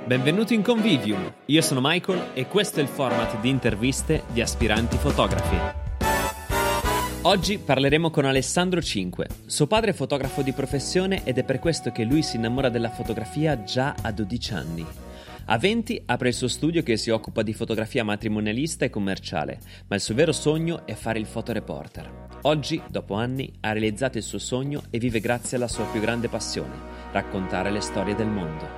Benvenuti in Convivium, io sono Michael e questo è il format di interviste di aspiranti fotografi. Oggi parleremo con Alessandro Cinque. Suo padre è fotografo di professione ed è per questo che lui si innamora della fotografia già a 12 anni. A 20 apre il suo studio che si occupa di fotografia matrimonialista e commerciale, ma il suo vero sogno è fare il fotoreporter. Oggi, dopo anni, ha realizzato il suo sogno e vive grazie alla sua più grande passione, raccontare le storie del mondo.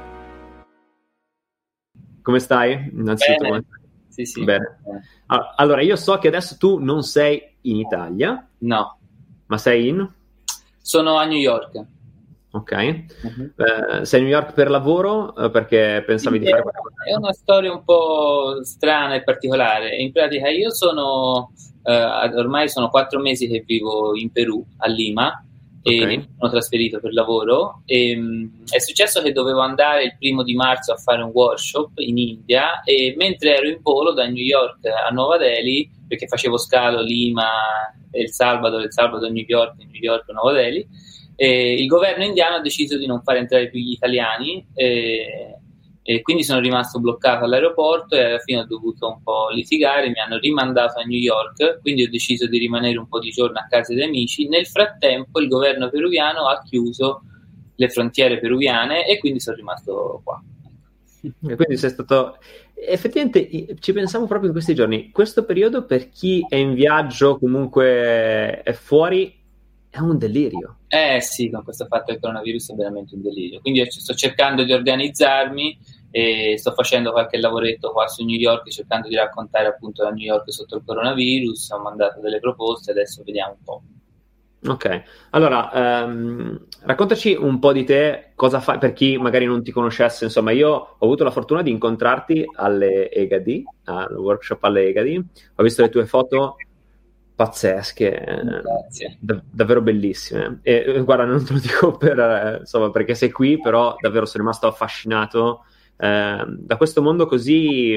Come stai? Innanzitutto, Bene. Sì. Bene. Allora, io so che adesso tu non sei in Italia. No. Ma sei in? Sono a New York. Ok. Sei a New York per lavoro? Perché pensavi di fare qualcosa? È una storia un po' strana e particolare. In pratica io sono, ormai sono 4 mesi che vivo in Perù, a Lima, e mi sono trasferito per lavoro. È successo che dovevo andare il 1° marzo a fare un workshop in India e mentre ero in volo da New York a Nuova Delhi, perché facevo scalo Lima, El Salvador, New York, Nuova Delhi, il governo indiano ha deciso di non far entrare più gli italiani e quindi sono rimasto bloccato all'aeroporto e alla fine ho dovuto un po' litigare, mi hanno rimandato a New York, quindi ho deciso di rimanere un po' di giorni a casa di amici. Nel frattempo il governo peruviano ha chiuso le frontiere peruviane e quindi sono rimasto qua. E quindi sei stato... Effettivamente ci pensavo proprio in questi giorni, questo periodo per chi è in viaggio, comunque è fuori, è un delirio. Sì, con questo fatto del coronavirus è veramente un delirio. Quindi io sto cercando di organizzarmi e sto facendo qualche lavoretto qua su New York, cercando di raccontare appunto la New York sotto il coronavirus. Ho mandato delle proposte, adesso vediamo un po'. Ok, allora raccontaci un po' di te, cosa fai per chi magari non ti conoscesse. Insomma, io ho avuto la fortuna di incontrarti alle Egadi, al workshop alle Egadi, ho visto le tue foto pazzesche, davvero bellissime e guarda, non te lo dico per insomma perché sei qui, però davvero sono rimasto affascinato da questo mondo così,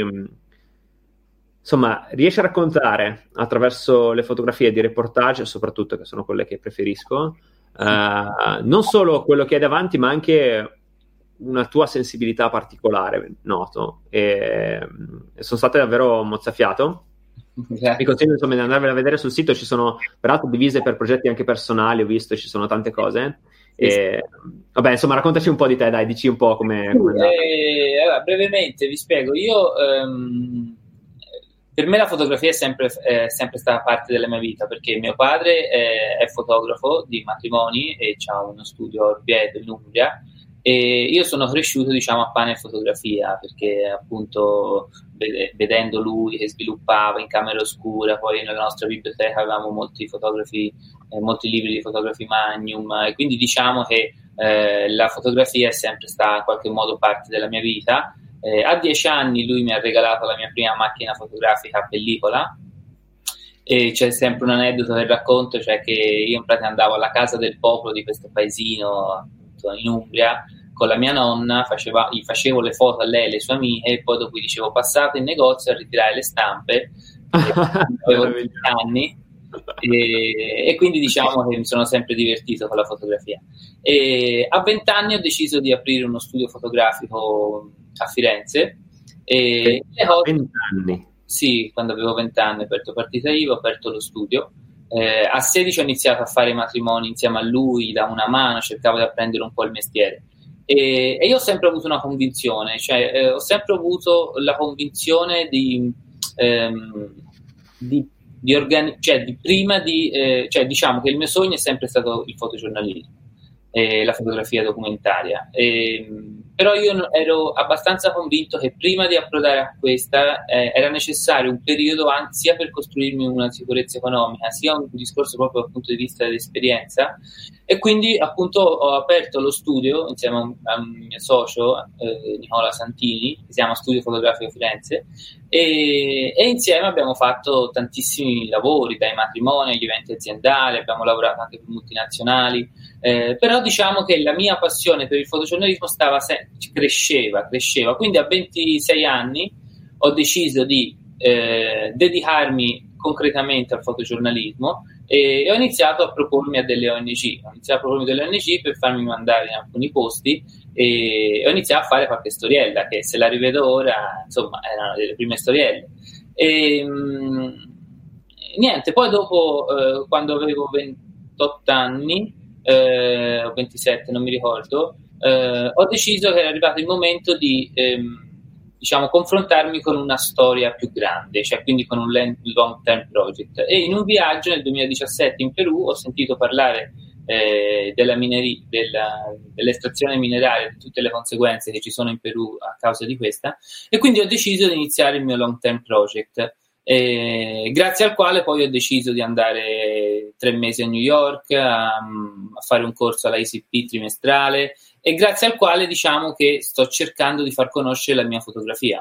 insomma, riesci a raccontare attraverso le fotografie di reportage, soprattutto che sono quelle che preferisco, non solo quello che hai davanti ma anche una tua sensibilità particolare, noto, e sono state davvero mozzafiato. Vi consiglio insomma di andarvela a vedere sul sito, ci sono peraltro divise per progetti anche personali, ho visto, ci sono tante cose. E, vabbè, insomma, raccontaci un po' di te, dai, dici un po' come allora, brevemente vi spiego. Io per me la fotografia è sempre stata parte della mia vita, perché mio padre è fotografo di matrimoni e ha uno studio a Orvieto in Umbria. E io sono cresciuto, diciamo, a pane e fotografia, perché appunto vedendo lui che sviluppava in camera oscura, poi nella nostra biblioteca avevamo molti fotografi, molti libri di fotografi Magnum, e quindi diciamo che la fotografia è sempre stata in qualche modo parte della mia vita. A 10 anni lui mi ha regalato la mia prima macchina fotografica a pellicola. E c'è sempre un aneddoto che racconto, cioè che io in pratica andavo alla casa del popolo di questo paesino in Umbria con la mia nonna, gli facevo le foto a lei e alle sue amiche e poi dopo gli dicevo passate in negozio a ritirare le stampe. Avevo 20 anni e quindi diciamo che mi sono sempre divertito con la fotografia. E a 20 anni ho deciso di aprire uno studio fotografico a Firenze. E 20 anni? Sì, quando avevo 20 anni ho aperto partita IVA, ho aperto lo studio. A 16 ho iniziato a fare i matrimoni insieme a lui, da una mano, cercavo di apprendere un po' il mestiere. E io ho sempre avuto una convinzione, cioè ho sempre avuto la convinzione diciamo che il mio sogno è sempre stato il fotogiornalismo e la fotografia documentaria. Però io ero abbastanza convinto che prima di approdare a questa era necessario un periodo sia per costruirmi una sicurezza economica, sia un discorso proprio dal punto di vista dell'esperienza, e quindi appunto ho aperto lo studio insieme a un mio socio Nicola Santini, che si chiama Studio Fotografico Firenze, e insieme abbiamo fatto tantissimi lavori, dai matrimoni agli eventi aziendali, abbiamo lavorato anche per multinazionali, però diciamo che la mia passione per il fotogiornalismo cresceva, quindi a 26 anni ho deciso di dedicarmi concretamente al fotogiornalismo e ho iniziato a propormi a delle ONG. Ho iniziato a propormi delle ONG per farmi mandare in alcuni posti e ho iniziato a fare qualche storiella che, se la rivedo ora, insomma, erano delle prime storielle. Niente, poi dopo, quando avevo 28 anni, o 27, non mi ricordo, ho deciso che era arrivato il momento di diciamo confrontarmi con una storia più grande, cioè quindi con un long term project. E in un viaggio nel 2017 in Perù ho sentito parlare dell'estrazione mineraria, di tutte le conseguenze che ci sono in Perù a causa di questa, e quindi ho deciso di iniziare il mio long term project, grazie al quale poi ho deciso di andare 3 mesi a New York a fare un corso alla ICP trimestrale, e grazie al quale diciamo che sto cercando di far conoscere la mia fotografia,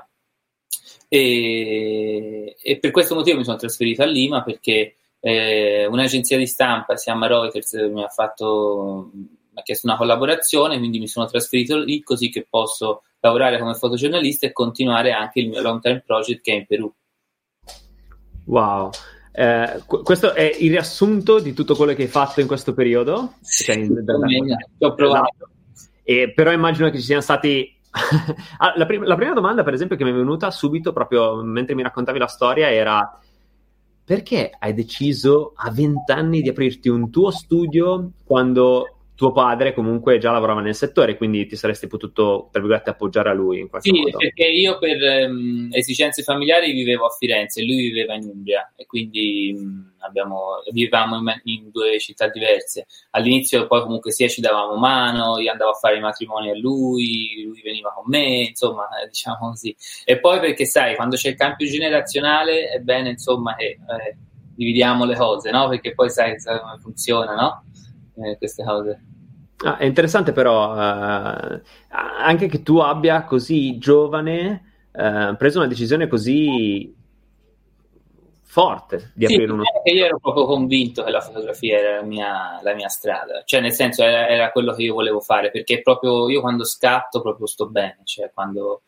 e per questo motivo mi sono trasferito a Lima, perché un'agenzia di stampa, si chiama Reuters, mi ha chiesto una collaborazione, quindi mi sono trasferito lì così che posso lavorare come fotogiornalista e continuare anche il mio long term project che è in Perù. Wow, questo è il riassunto di tutto quello che hai fatto in questo periodo? Sì, ho provato. Però immagino che ci siano stati... la prima domanda, per esempio, che mi è venuta subito, proprio mentre mi raccontavi la storia, era: perché hai deciso a 20 anni di aprirti un tuo studio quando tuo padre comunque già lavorava nel settore, quindi ti saresti potuto, tra virgolette, appoggiare a lui in qualche modo? Sì, perché io per esigenze familiari vivevo a Firenze e lui viveva in Umbria, e quindi vivevamo in 2 città diverse. All'inizio poi comunque sia ci davamo mano, io andavo a fare i matrimoni a lui veniva con me, insomma, diciamo così. E poi perché sai, quando c'è il cambio generazionale è bene, insomma, che dividiamo le cose, no? Perché poi sai come funziona, no? Queste cose. È interessante però anche che tu abbia così giovane preso una decisione così forte di aprire uno... Io ero proprio convinto che la fotografia era la mia strada, cioè nel senso era quello che io volevo fare, perché proprio io quando scatto proprio sto bene, cioè quando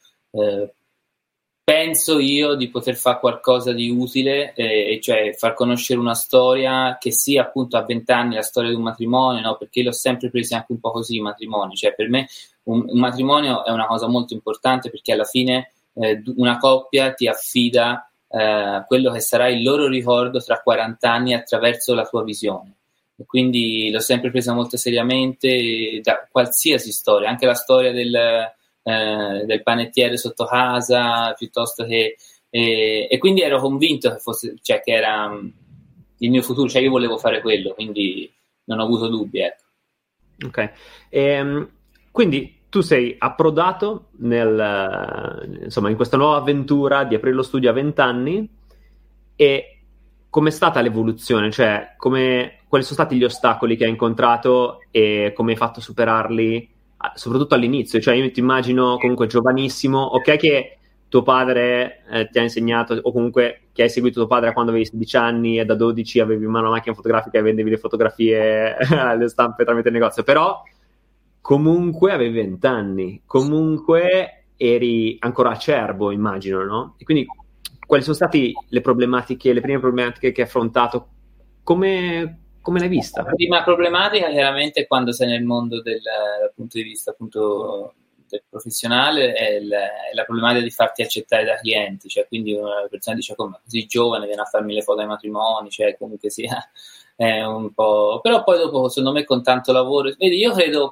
penso io di poter fare qualcosa di utile, cioè far conoscere una storia che sia appunto a 20 anni la storia di un matrimonio, no? Perché l'ho sempre presi anche un po' così i matrimoni, cioè per me un matrimonio è una cosa molto importante, perché alla fine una coppia ti affida quello che sarà il loro ricordo tra 40 anni attraverso la tua visione, e quindi l'ho sempre presa molto seriamente, da qualsiasi storia, anche la storia del panettiere sotto casa, piuttosto che e quindi ero convinto che fosse, cioè che era il mio futuro, cioè io volevo fare quello, quindi non ho avuto dubbi, ecco. Ok, quindi tu sei approdato insomma in questa nuova avventura di aprire lo studio a 20 anni, e com'è stata l'evoluzione? Cioè quali sono stati gli ostacoli che hai incontrato e come hai fatto a superarli? Soprattutto all'inizio, cioè io ti immagino comunque giovanissimo, ok che tuo padre ti ha insegnato, o comunque che hai seguito tuo padre quando avevi 16 anni e da 12 avevi in mano una macchina fotografica e vendevi le fotografie alle stampe tramite il negozio, però comunque avevi 20 anni, comunque eri ancora acerbo, immagino, no? E quindi quali sono state le prime problematiche che hai affrontato? Come l'hai vista? La prima problematica chiaramente quando sei nel mondo dal punto di vista appunto del professionale è la problematica di farti accettare da clienti, cioè quindi una persona dice come così giovane viene a farmi le foto ai matrimoni, cioè comunque sia è un po', però poi dopo secondo me con tanto lavoro, vedi, io credo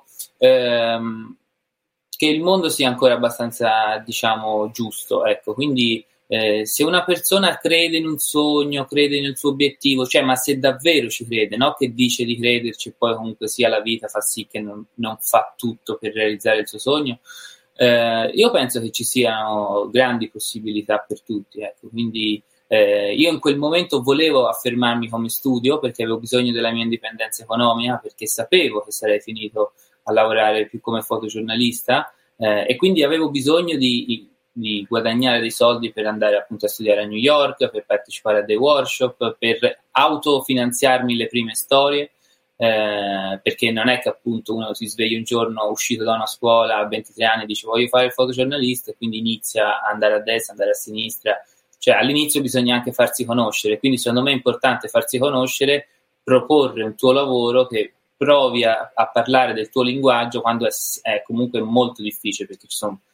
che il mondo sia ancora abbastanza, diciamo, giusto, ecco, quindi se una persona crede in un sogno, crede nel suo obiettivo, cioè ma se davvero ci crede, no? Che dice di crederci e poi comunque sia la vita fa sì che non fa tutto per realizzare il suo sogno, io penso che ci siano grandi possibilità per tutti, ecco. Quindi io in quel momento volevo affermarmi come studio perché avevo bisogno della mia indipendenza economica, perché sapevo che sarei finito a lavorare più come fotogiornalista, e quindi avevo bisogno di guadagnare dei soldi per andare appunto a studiare a New York, per partecipare a dei workshop, per autofinanziarmi le prime storie, perché non è che appunto uno si sveglia un giorno uscito da una scuola a 23 anni e dice voglio fare il fotogiornalista, e quindi inizia a andare a destra, andare a sinistra cioè all'inizio bisogna anche farsi conoscere, quindi secondo me è importante farsi conoscere, proporre un tuo lavoro che provi a parlare del tuo linguaggio quando è comunque molto difficile, perché ci sono,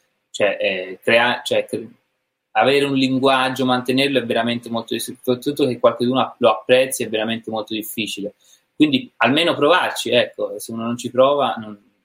avere un linguaggio, mantenerlo è veramente molto difficile, soprattutto che qualcuno lo apprezzi è veramente molto difficile, quindi almeno provarci, ecco, se uno non ci prova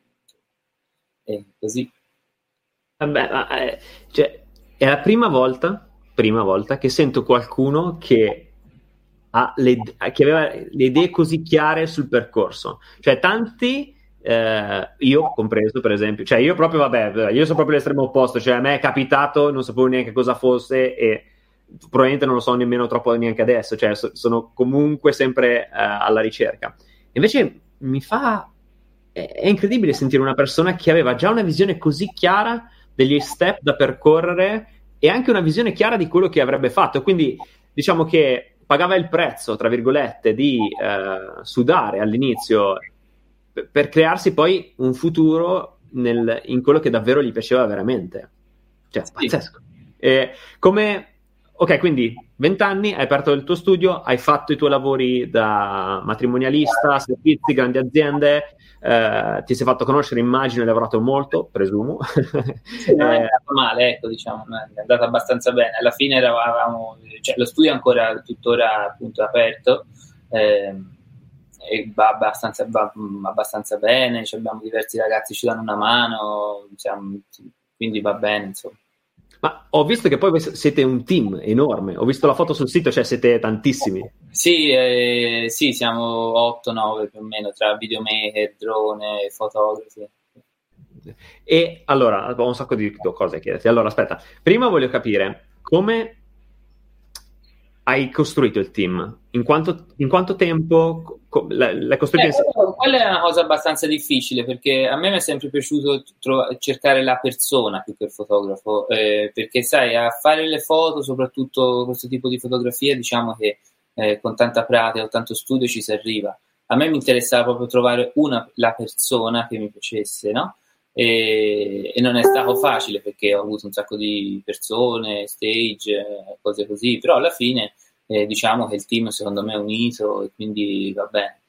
è così. Vabbè, cioè, è la prima volta che sento qualcuno che che aveva le idee così chiare sul percorso. Cioè, tanti, io compreso, per esempio, cioè io proprio, vabbè, io sono proprio l'estremo opposto, cioè a me è capitato, non sapevo neanche cosa fosse e probabilmente non lo so nemmeno troppo neanche adesso, cioè sono comunque sempre alla ricerca. Invece è incredibile sentire una persona che aveva già una visione così chiara degli step da percorrere e anche una visione chiara di quello che avrebbe fatto, quindi diciamo che pagava il prezzo, tra virgolette, di sudare all'inizio per crearsi poi un futuro in quello che davvero gli piaceva veramente. Cioè, sì. Pazzesco. Ok, quindi 20 anni, hai aperto il tuo studio, hai fatto i tuoi lavori da matrimonialista, servizi, grandi aziende, ti sei fatto conoscere, immagino, hai lavorato molto, presumo. Sì, non è andato male, ecco, diciamo, è andato abbastanza bene. Alla fine eravamo, cioè, lo studio è ancora tuttora appunto aperto, e va abbastanza bene, cioè, abbiamo diversi ragazzi che ci danno una mano, quindi va bene, insomma. Ma ho visto che poi siete un team enorme, ho visto la foto sul sito, cioè siete tantissimi. Sì, siamo 8-9 più o meno, tra videomaker, drone, fotografi. E allora, ho un sacco di cose da chiederti. Allora, aspetta, prima voglio capire come hai costruito il team, in quanto tempo l'hai costruito insieme? Quella è una cosa abbastanza difficile, perché a me mi è sempre piaciuto cercare la persona più che il fotografo, perché sai, a fare le foto, soprattutto questo tipo di fotografia, diciamo che con tanta pratica o tanto studio ci si arriva. A me mi interessava proprio trovare la persona che mi piacesse, no? E non è stato facile, perché ho avuto un sacco di persone, stage, cose così, però alla fine diciamo che il team secondo me è unito e quindi va bene.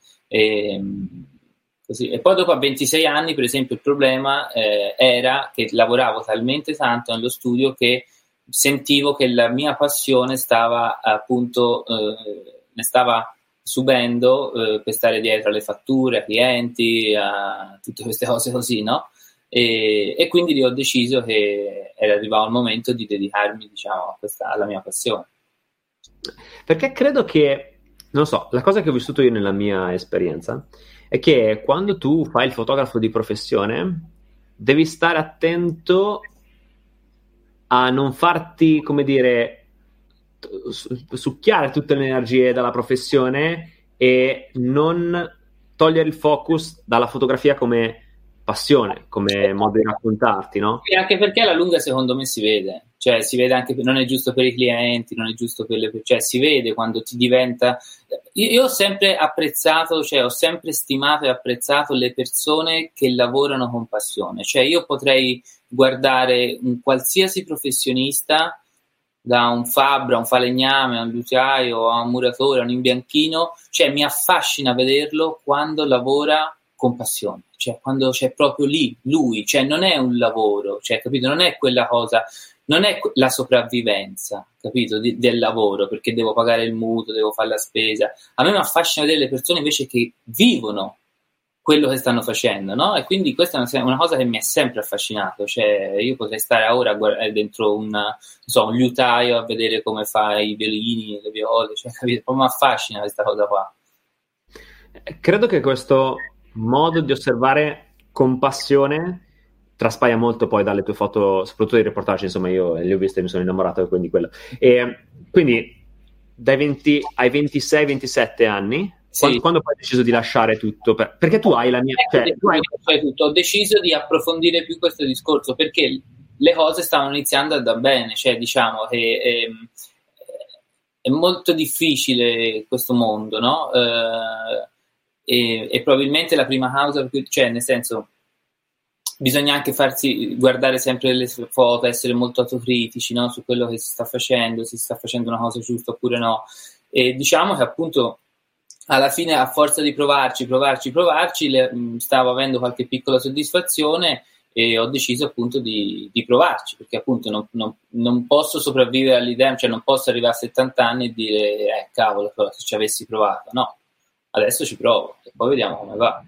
Così. E poi dopo, a 26 anni, per esempio, il problema era che lavoravo talmente tanto nello studio che sentivo che la mia passione stava appunto ne stava subendo per stare dietro alle fatture, ai clienti, a tutte queste cose così, no? E quindi lì ho deciso che era arrivato il momento di dedicarmi, diciamo, alla mia passione. Perché credo che, non so, la cosa che ho vissuto io nella mia esperienza è che quando tu fai il fotografo di professione devi stare attento a non farti, come dire, succhiare tutte le energie dalla professione e non togliere il focus dalla fotografia come passione, come modo di raccontarti, no? E anche perché alla lunga secondo me si vede, cioè si vede anche, non è giusto per i clienti, non è giusto per cioè si vede quando ti diventa. Io ho sempre apprezzato, cioè ho sempre stimato e apprezzato le persone che lavorano con passione, cioè io potrei guardare un qualsiasi professionista, da un fabbro, a un falegname, a un luthiaio, a un muratore, a un imbianchino, cioè mi affascina vederlo quando lavora con passione, cioè quando c'è proprio lì lui, cioè non è un lavoro, cioè capito, non è quella cosa, non è la sopravvivenza, capito, del lavoro, perché devo pagare il mutuo, devo fare la spesa. A me mi affascina vedere le persone invece che vivono quello che stanno facendo, no? E quindi questa è una cosa che mi è sempre affascinato, cioè io potrei stare ora dentro un liutaio a vedere come fa i violini, le viole, cioè capito, proprio mi affascina questa cosa qua. Credo che questo modo di osservare con passione traspaia molto poi dalle tue foto, soprattutto dei reportage, insomma io le ho viste e mi sono innamorato, quindi quello. E quindi dai 20 ai 26-27 anni, sì. Quando poi hai deciso di lasciare tutto? Perché tu hai la mia... tutto. Ho deciso di approfondire più questo discorso, perché le cose stavano iniziando a andare bene, cioè diciamo che è molto difficile questo mondo, no? E probabilmente la prima causa, cioè nel senso, bisogna anche farsi guardare sempre le foto, essere molto autocritici, no? Su quello che si sta facendo, se si sta facendo una cosa giusta oppure no. E diciamo che appunto alla fine, a forza di provarci, stavo avendo qualche piccola soddisfazione e ho deciso appunto di provarci, perché appunto non posso sopravvivere all'idea, cioè non posso arrivare a 70 anni e dire cavolo, se ci avessi provato. No, adesso ci provo e poi vediamo come va.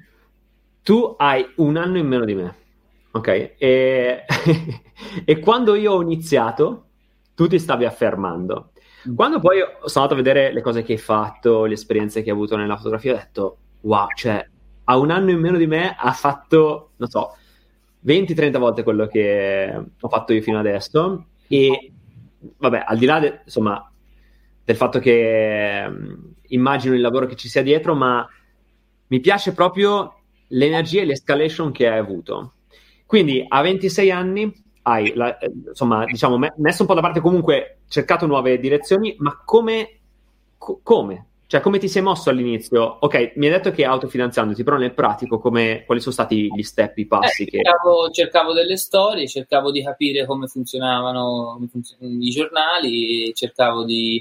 Tu hai 1 anno in meno di me, ok? E quando io ho iniziato, tu ti stavi affermando. Quando poi sono andato a vedere le cose che hai fatto, le esperienze che hai avuto nella fotografia, ho detto, wow, cioè, a 1 anno in meno di me ha fatto, non so, 20-30 volte quello che ho fatto io fino adesso. E, vabbè, al di là, insomma, del fatto che immagino il lavoro che ci sia dietro, ma mi piace proprio l'energia e l'escalation che hai avuto. Quindi, a 26 anni hai, insomma, diciamo, messo un po' da parte, comunque cercato nuove direzioni, ma come? Cioè, come ti sei mosso all'inizio? Ok, mi hai detto che autofinanziandoti, però nel pratico quali sono stati gli step, i passi? Cercavo delle storie, cercavo di capire come funzionavano i giornali, cercavo di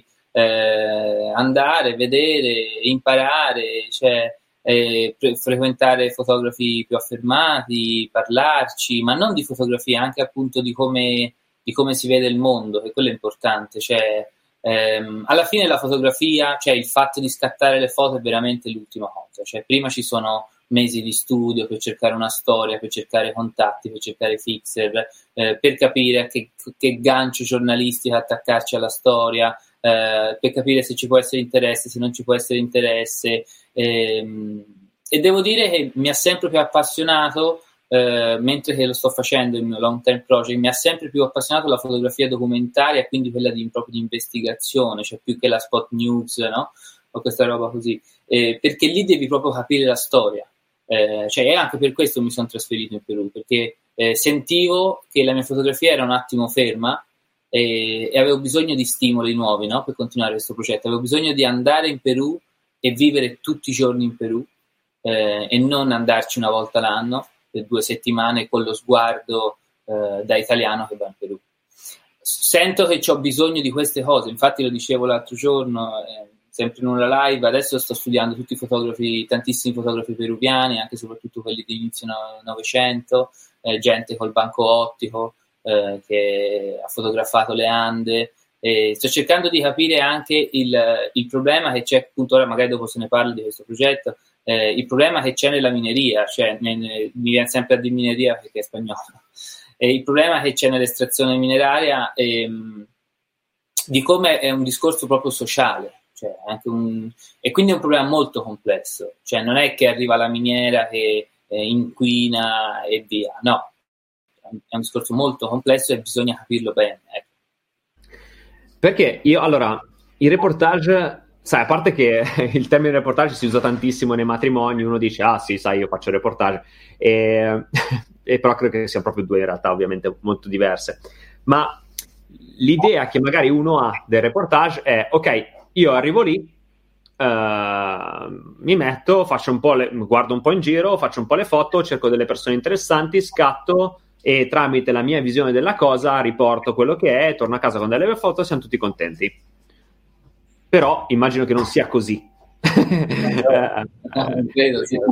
andare, vedere, imparare, cioè frequentare fotografi più affermati, parlarci, ma non di fotografia, anche appunto di come si vede il mondo, che quello è importante, cioè alla fine la fotografia, cioè il fatto di scattare le foto è veramente l'ultima cosa, cioè prima ci sono mesi di studio per cercare una storia, per cercare contatti, per cercare fixer, per capire che gancio giornalistico attaccarci alla storia, per capire se ci può essere interesse, se non ci può essere interesse, e devo dire che mi ha sempre più appassionato, mentre che lo sto facendo il mio long term project, mi ha sempre più appassionato la fotografia documentaria, quindi quella proprio di investigazione, cioè più che la spot news, no? O questa roba così, perché lì devi proprio capire la storia, cioè anche per questo mi sono trasferito in Perù, perché sentivo che la mia fotografia era un attimo ferma e avevo bisogno di stimoli nuovi, no? Per continuare questo progetto, avevo bisogno di andare in Perù e vivere tutti i giorni in Perù, e non andarci una volta l'anno per 2 settimane con lo sguardo da italiano che va in Perù. Sento che ho bisogno di queste cose, infatti lo dicevo l'altro giorno, sempre in una live, adesso sto studiando tantissimi fotografi peruviani, anche soprattutto quelli di inizio Novecento, gente col banco ottico che ha fotografato le Ande. Sto cercando di capire anche il problema che c'è, appunto, ora magari dopo se ne parla di questo progetto, il problema che c'è nella mineria, cioè mi viene sempre a dire mineria perché è spagnolo, il problema che c'è nell'estrazione mineraria, di come è un discorso proprio sociale, cioè anche e quindi è un problema molto complesso, cioè non è che arriva la miniera che inquina e via, no, è un discorso molto complesso e bisogna capirlo bene, ecco. Perché il reportage, sai, a parte che il termine reportage si usa tantissimo nei matrimoni, uno dice, ah sì, sai, io faccio reportage, e però credo che siano proprio 2 in realtà ovviamente molto diverse, ma l'idea che magari uno ha del reportage è, ok, io arrivo lì, mi metto, guardo un po' in giro, faccio un po' le foto, cerco delle persone interessanti, scatto, e tramite la mia visione della cosa riporto quello che è, torno a casa con delle belle foto, siamo tutti contenti. Però immagino che non sia così. Credo, sì.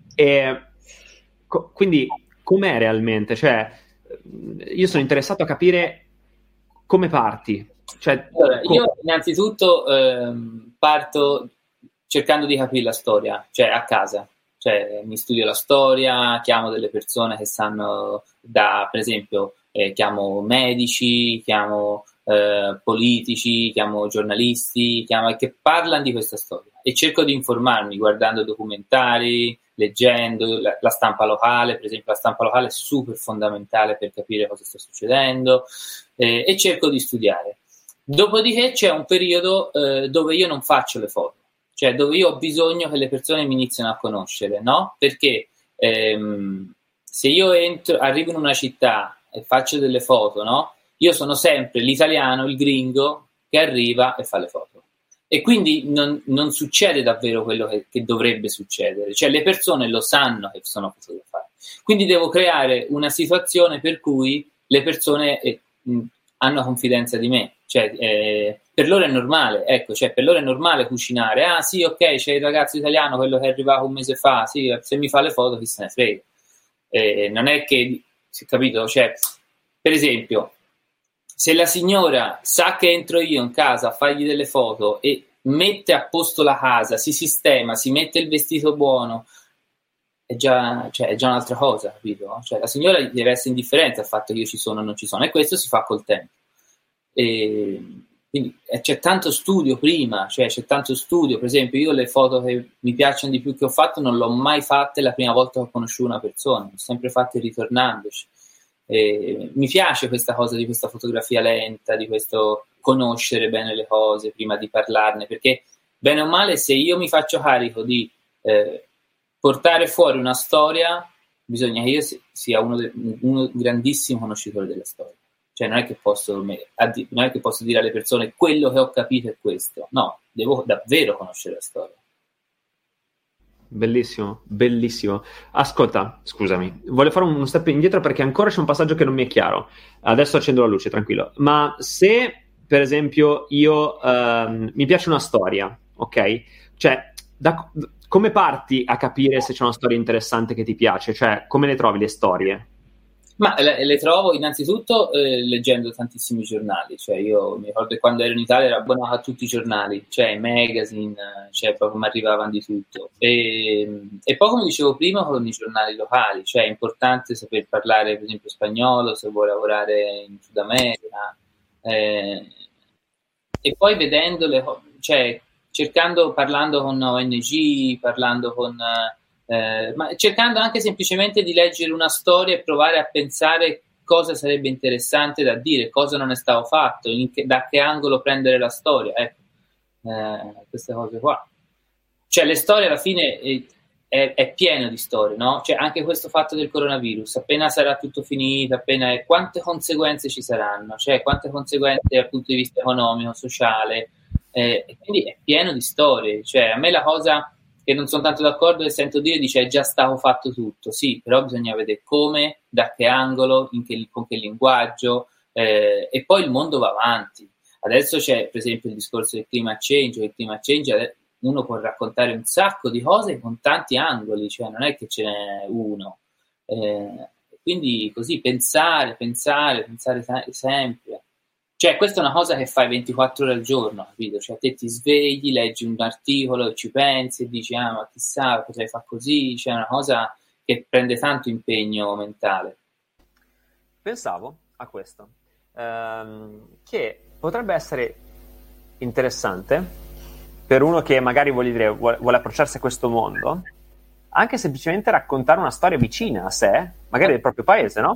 Quindi com'è realmente? Cioè, io sono interessato a capire come parti. Cioè, allora, io innanzitutto parto cercando di capire la storia, cioè a casa. Cioè, mi studio la storia, chiamo delle persone che sanno, per esempio, chiamo medici, chiamo politici, chiamo giornalisti, che parlano di questa storia e cerco di informarmi guardando documentari, leggendo la stampa locale, per esempio la stampa locale è super fondamentale per capire cosa sta succedendo, e cerco di studiare. Dopodiché c'è un periodo dove io non faccio le foto, cioè dove io ho bisogno che le persone mi iniziano a conoscere, no? Perché se io arrivo in una città e faccio delle foto, no? Io sono sempre l'italiano, il gringo che arriva e fa le foto. E quindi non succede davvero quello che dovrebbe succedere. Cioè le persone lo sanno che sono fotografi. Quindi devo creare una situazione per cui le persone hanno confidenza di me, cioè per loro è normale, ecco, cioè per loro è normale cucinare. Ah sì, ok, c'è il ragazzo italiano, quello che è arrivato un mese fa, sì, se mi fa le foto chi se ne frega. Non è che, si è capito, cioè, per esempio, se la signora sa che entro io in casa a fargli delle foto e mette a posto la casa, si sistema, si mette il vestito buono, è già un'altra cosa, capito? Cioè, la signora deve essere indifferente al fatto che io ci sono o non ci sono, e questo si fa col tempo. Quindi c'è tanto studio prima, cioè c'è tanto studio. Per esempio, io le foto che mi piacciono di più che ho fatto non l'ho mai fatte la prima volta che ho conosciuto una persona, l'ho sempre fatte ritornandoci. Mi piace questa cosa di questa fotografia lenta, di questo conoscere bene le cose prima di parlarne, perché bene o male, se io mi faccio carico di portare fuori una storia, bisogna che io sia uno grandissimo conoscitore della storia. Cioè non è che posso dire alle persone quello che ho capito è questo. No, devo davvero conoscere la storia. Bellissimo, bellissimo. Ascolta, scusami, voglio fare un step indietro perché ancora c'è un passaggio che non mi è chiaro. Adesso accendo la luce, tranquillo. Ma se, per esempio, io mi piace una storia, ok? Cioè, come parti a capire se c'è una storia interessante che ti piace? Cioè, come le trovi le storie? Ma le trovo innanzitutto leggendo tantissimi giornali, cioè io mi ricordo che quando ero in Italia ero abbonato a tutti i giornali, cioè i magazine, cioè proprio mi arrivavano di tutto. E poi, come dicevo prima, con i giornali locali, cioè è importante saper parlare per esempio spagnolo se vuoi lavorare in Sud America, e poi vedendo cioè parlando con ONG, parlando con... ma cercando anche semplicemente di leggere una storia e provare a pensare cosa sarebbe interessante da dire, cosa non è stato fatto, da che angolo prendere la storia, ecco. Queste cose qua. Cioè le storie alla fine è pieno di storie, no? Cioè anche questo fatto del coronavirus, appena sarà tutto finito, quante conseguenze ci saranno, cioè quante conseguenze dal punto di vista economico, sociale, e quindi è pieno di storie. Cioè a me la cosa che non sono tanto d'accordo e sento dire, dice è già stato fatto tutto, sì, però bisogna vedere come, da che angolo, con che linguaggio, e poi il mondo va avanti. Adesso c'è per esempio il discorso del climate change, uno può raccontare un sacco di cose con tanti angoli, cioè non è che ce n'è uno, quindi così pensare sempre. Cioè, questa è una cosa che fai 24 ore al giorno, capito? Cioè, te ti svegli, leggi un articolo e ci pensi e dici, ah, ma chissà, potrei fare così. Cioè, è una cosa che prende tanto impegno mentale. Pensavo a questo, che potrebbe essere interessante per uno che magari vuole approcciarsi a questo mondo, anche semplicemente raccontare una storia vicina a sé, magari del proprio paese, no?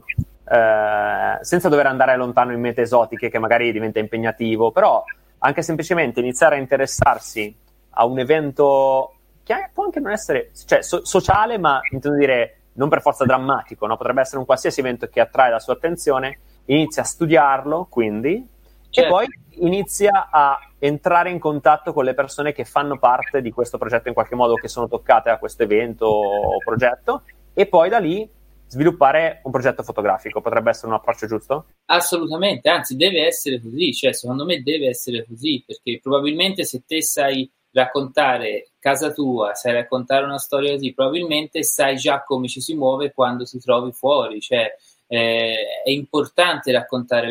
Senza dover andare lontano in mete esotiche che magari diventa impegnativo, però anche semplicemente iniziare a interessarsi a un evento che può anche non essere, cioè, sociale, ma intendo dire non per forza drammatico, no? Potrebbe essere un qualsiasi evento che attrae la sua attenzione, inizia a studiarlo, quindi, certo. E poi inizia a entrare in contatto con le persone che fanno parte di questo progetto in qualche modo, che sono toccate da questo evento o progetto, e poi da lì sviluppare un progetto fotografico. Potrebbe essere un approccio giusto? Assolutamente, anzi deve essere così, cioè secondo me deve essere così, perché probabilmente se te sai raccontare casa tua, sai raccontare una storia così, probabilmente sai già come ci si muove quando ti trovi fuori, cioè è importante raccontare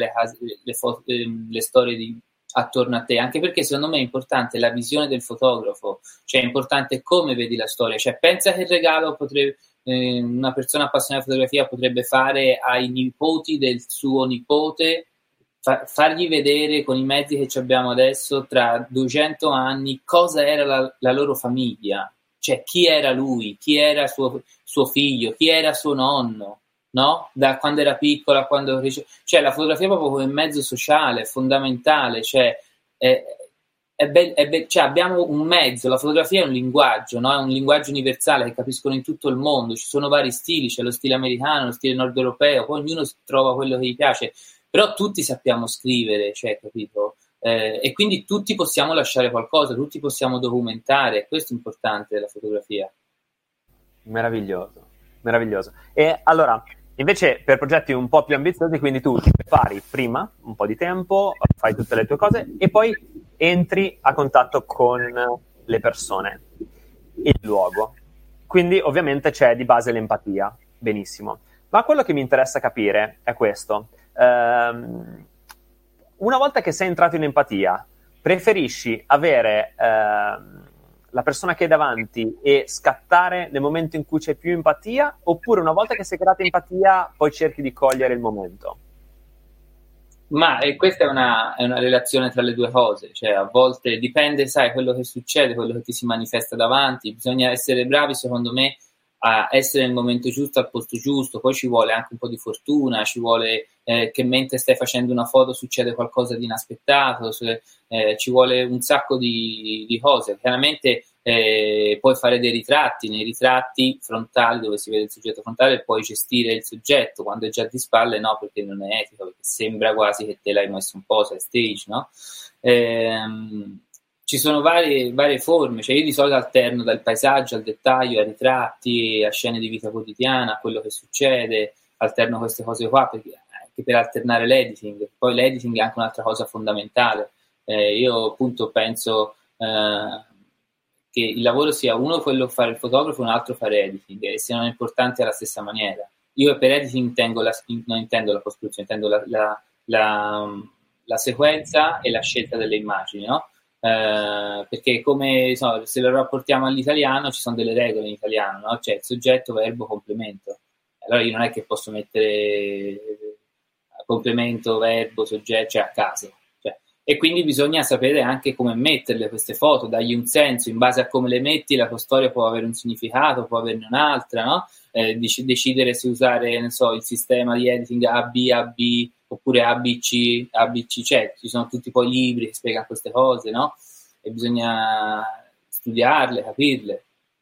le storie attorno a te, anche perché secondo me è importante la visione del fotografo, cioè è importante come vedi la storia, cioè pensa che regalo una persona appassionata di fotografia potrebbe fare ai nipoti del suo nipote, fargli vedere con i mezzi che abbiamo adesso tra 200 anni cosa era la loro famiglia, cioè chi era lui, chi era suo figlio, chi era suo nonno, no? Da quando era piccola, cioè la fotografia proprio come mezzo sociale, è fondamentale, cioè cioè abbiamo un mezzo, la fotografia è un linguaggio, no? È un linguaggio universale che capiscono in tutto il mondo, ci sono vari stili, c'è lo stile americano, lo stile nord europeo, poi ognuno trova quello che gli piace, però tutti sappiamo scrivere, cioè, capito? E quindi tutti possiamo lasciare qualcosa, tutti possiamo documentare, questo è importante della fotografia. Meraviglioso, Meraviglioso. E allora, invece per progetti un po' più ambiziosi, quindi tu ti prepari prima un po' di tempo, fai tutte le tue cose e poi entri a contatto con le persone, il luogo. Quindi ovviamente c'è di base l'empatia, benissimo. Ma quello che mi interessa capire è questo. Una volta che sei entrato in empatia, preferisci avere la persona che hai davanti e scattare nel momento in cui c'è più empatia, oppure una volta che sei creata empatia poi cerchi di cogliere il momento? Ma questa è una relazione tra le due cose, cioè a volte dipende, sai, quello che succede, quello che ti si manifesta davanti, bisogna essere bravi, secondo me, a essere nel momento giusto, al posto giusto, poi ci vuole anche un po' di fortuna, ci vuole che mentre stai facendo una foto succede qualcosa di inaspettato, ci vuole un sacco di cose. Chiaramente puoi fare dei ritratti, nei ritratti frontali dove si vede il soggetto frontale puoi gestire il soggetto, quando è già di spalle no, perché non è etico, perché sembra quasi che te l'hai messo un po' sai stage, no? Ci sono varie forme, cioè io di solito alterno dal paesaggio al dettaglio, a ritratti, a scene di vita quotidiana, a quello che succede, alterno queste cose qua perché, anche per alternare l'editing. Poi l'editing è anche un'altra cosa fondamentale. Io appunto penso che il lavoro sia uno quello fare il fotografo e un altro fare editing e siano importanti alla stessa maniera. Io per editing non intendo la costruzione, intendo la sequenza e la scelta delle immagini, no? Perché come se lo rapportiamo all'italiano ci sono delle regole in italiano, no? Cioè soggetto, verbo, complemento. Allora io non è che posso mettere complemento, verbo, soggetto, cioè a caso. E quindi bisogna sapere anche come metterle queste foto, dargli un senso, in base a come le metti la tua storia può avere un significato, può averne un'altra, no? Decidere se usare, non so, il sistema di editing AB, oppure ABC, cioè ci sono tutti poi libri che spiegano queste cose, no? E bisogna studiarle, capirle.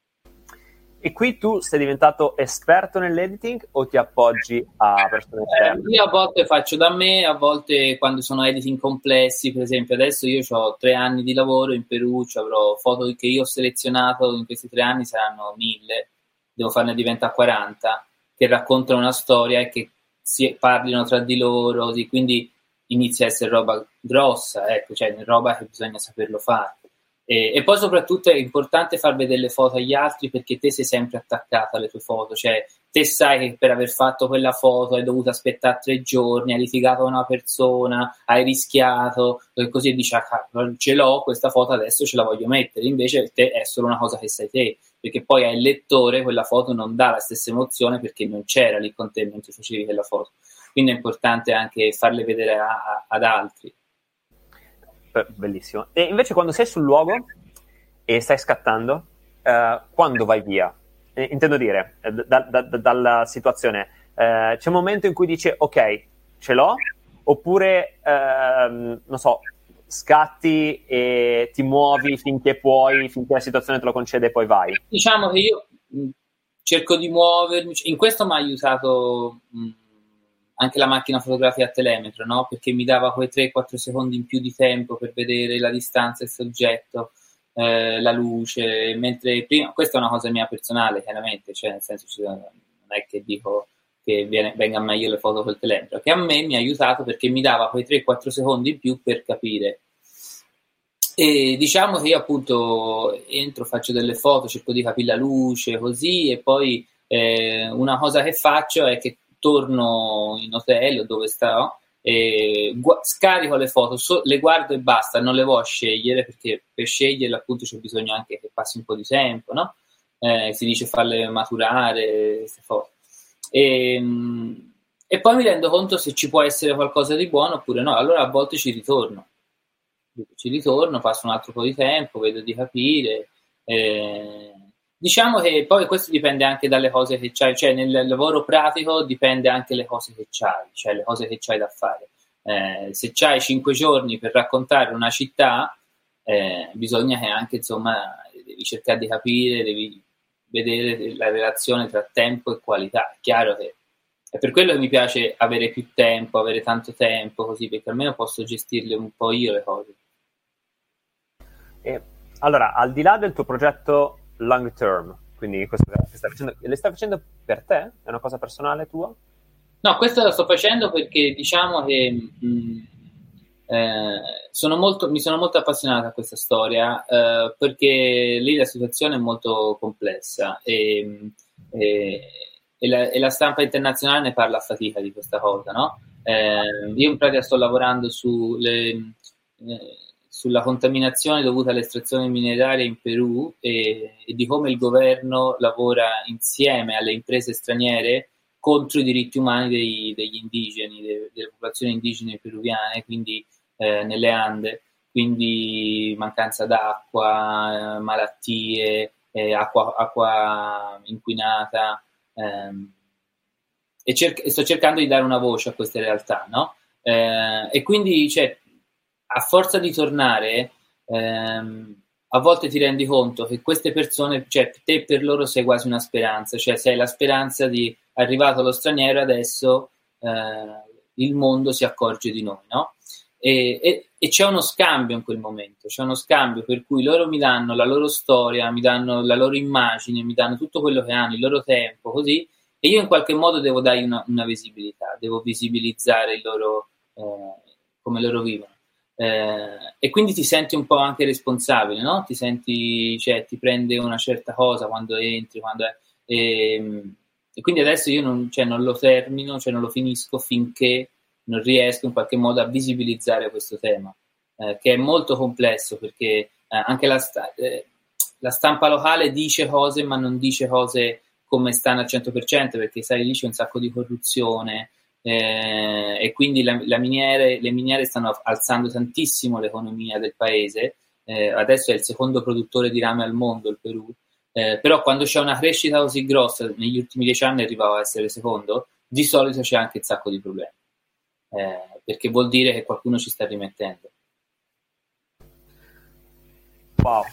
E qui tu sei diventato esperto nell'editing o ti appoggi a persone esterne? Io a volte faccio da me, a volte quando sono editing complessi, per esempio adesso io ho 3 anni di lavoro in Perù, avrò foto che io ho selezionato in questi 3 anni saranno 1000, devo farne diventare 40, che raccontano una storia e che si parlino tra di loro, così, quindi inizia a essere roba grossa, ecco, cioè roba che bisogna saperlo fare. E poi soprattutto è importante far vedere le foto agli altri perché te sei sempre attaccata alle tue foto, cioè te sai che per aver fatto quella foto hai dovuto aspettare 3 giorni, hai litigato con una persona, hai rischiato e così dici ce l'ho questa foto, adesso ce la voglio mettere, invece te è solo una cosa che sai te, perché poi al lettore quella foto non dà la stessa emozione perché non c'era lì con te mentre facevi quella foto, quindi è importante anche farle vedere ad altri. Bellissimo. E invece quando sei sul luogo e stai scattando, quando vai via? Intendo dire, dalla situazione, c'è un momento in cui dici ok, ce l'ho, oppure, non so, scatti e ti muovi finché puoi, finché la situazione te lo concede e poi vai? Diciamo che io cerco di muovermi, in questo mi ha aiutato anche la macchina fotografica a telemetro, no? Perché mi dava quei 3-4 secondi in più di tempo per vedere la distanza, il soggetto, la luce, mentre prima, questa è una cosa mia personale chiaramente, cioè nel senso non è che dico che venga meglio le foto col telemetro, che a me mi ha aiutato perché mi dava quei 3-4 secondi in più per capire. E diciamo che io appunto entro, faccio delle foto, cerco di capire la luce così e poi una cosa che faccio è che torno in hotel dove sto e scarico le foto, le guardo e basta, non le voglio scegliere perché per sceglierle appunto c'è bisogno anche che passi un po' di tempo, no? Si dice farle maturare queste foto e poi mi rendo conto se ci può essere qualcosa di buono oppure no, allora a volte ci ritorno, passo un altro po' di tempo, vedo di capire. Diciamo che poi questo dipende anche dalle cose che c'hai, cioè nel lavoro pratico dipende anche le cose che c'hai, cioè le cose che c'hai da fare. Se c'hai 5 giorni per raccontare una città, bisogna che anche insomma devi cercare di capire, devi vedere la relazione tra tempo e qualità. È chiaro che è per quello che mi piace avere più tempo, avere tanto tempo, così perché almeno posso gestirle un po' io le cose. Allora, al di là del tuo progetto long term, quindi questo che stai facendo, le stai facendo per te? È una cosa personale tua? No, questo lo sto facendo perché diciamo che mi sono molto appassionato a questa storia, perché lì la situazione è molto complessa e la stampa internazionale ne parla a fatica di questa cosa, no? Io in pratica sto lavorando sulla contaminazione dovuta all'estrazione mineraria in Perù e di come il governo lavora insieme alle imprese straniere contro i diritti umani degli indigeni, delle popolazioni indigene peruviane, quindi nelle Ande, quindi mancanza d'acqua, malattie, acqua inquinata, e sto cercando di dare una voce a queste realtà, no? E quindi, cioè, a forza di tornare, a volte ti rendi conto che queste persone, cioè, te per loro sei quasi una speranza, cioè sei la speranza di arrivato lo straniero, adesso il mondo si accorge di noi, no? E c'è uno scambio in quel momento, c'è uno scambio per cui loro mi danno la loro storia, mi danno la loro immagine, mi danno tutto quello che hanno, il loro tempo, così, e io in qualche modo devo dargli una visibilità, devo visibilizzare il loro, come loro vivono. E quindi ti senti un po' anche responsabile, no? Ti senti, cioè, ti prende una certa cosa quando entri, e quindi adesso io non lo termino, cioè non lo finisco finché non riesco in qualche modo a visibilizzare questo tema, che è molto complesso perché anche la stampa locale dice cose ma non dice cose come stanno al 100%, perché sai, lì c'è un sacco di corruzione, e quindi le miniere stanno alzando tantissimo l'economia del paese, adesso è il secondo produttore di rame al mondo il Perù, però quando c'è una crescita così grossa, negli ultimi 10 anni arrivava a essere secondo, di solito c'è anche un sacco di problemi, perché vuol dire che qualcuno ci sta rimettendo. Wow.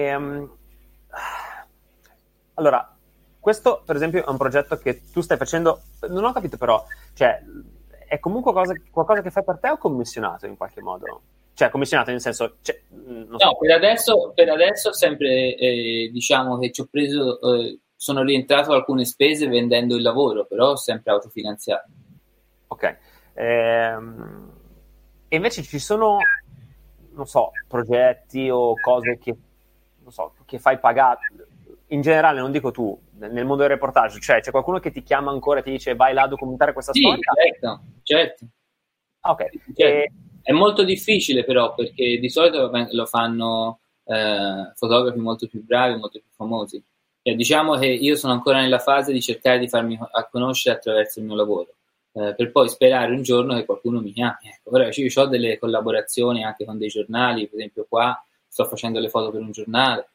Allora, questo per esempio è un progetto che tu stai facendo, non ho capito però, cioè è comunque qualcosa che fai per te o commissionato in qualche modo? Cioè commissionato nel senso... non so. No, per adesso sempre diciamo che ci ho preso, sono rientrato alcune spese vendendo il lavoro, però sempre autofinanziato. Ok. E invece ci sono, non so, progetti o cose che, non so, che fai pagare, in generale, non dico tu, nel mondo del reportage, cioè c'è qualcuno che ti chiama ancora e ti dice vai là a documentare questa storia? Certo. Ok. Certo. È molto difficile però, perché di solito lo fanno fotografi molto più bravi, molto più famosi. Diciamo che io sono ancora nella fase di cercare di farmi conoscere attraverso il mio lavoro, per poi sperare un giorno che qualcuno mi chiami. Ecco, ora io ho delle collaborazioni anche con dei giornali, per esempio qua sto facendo le foto per un giornale,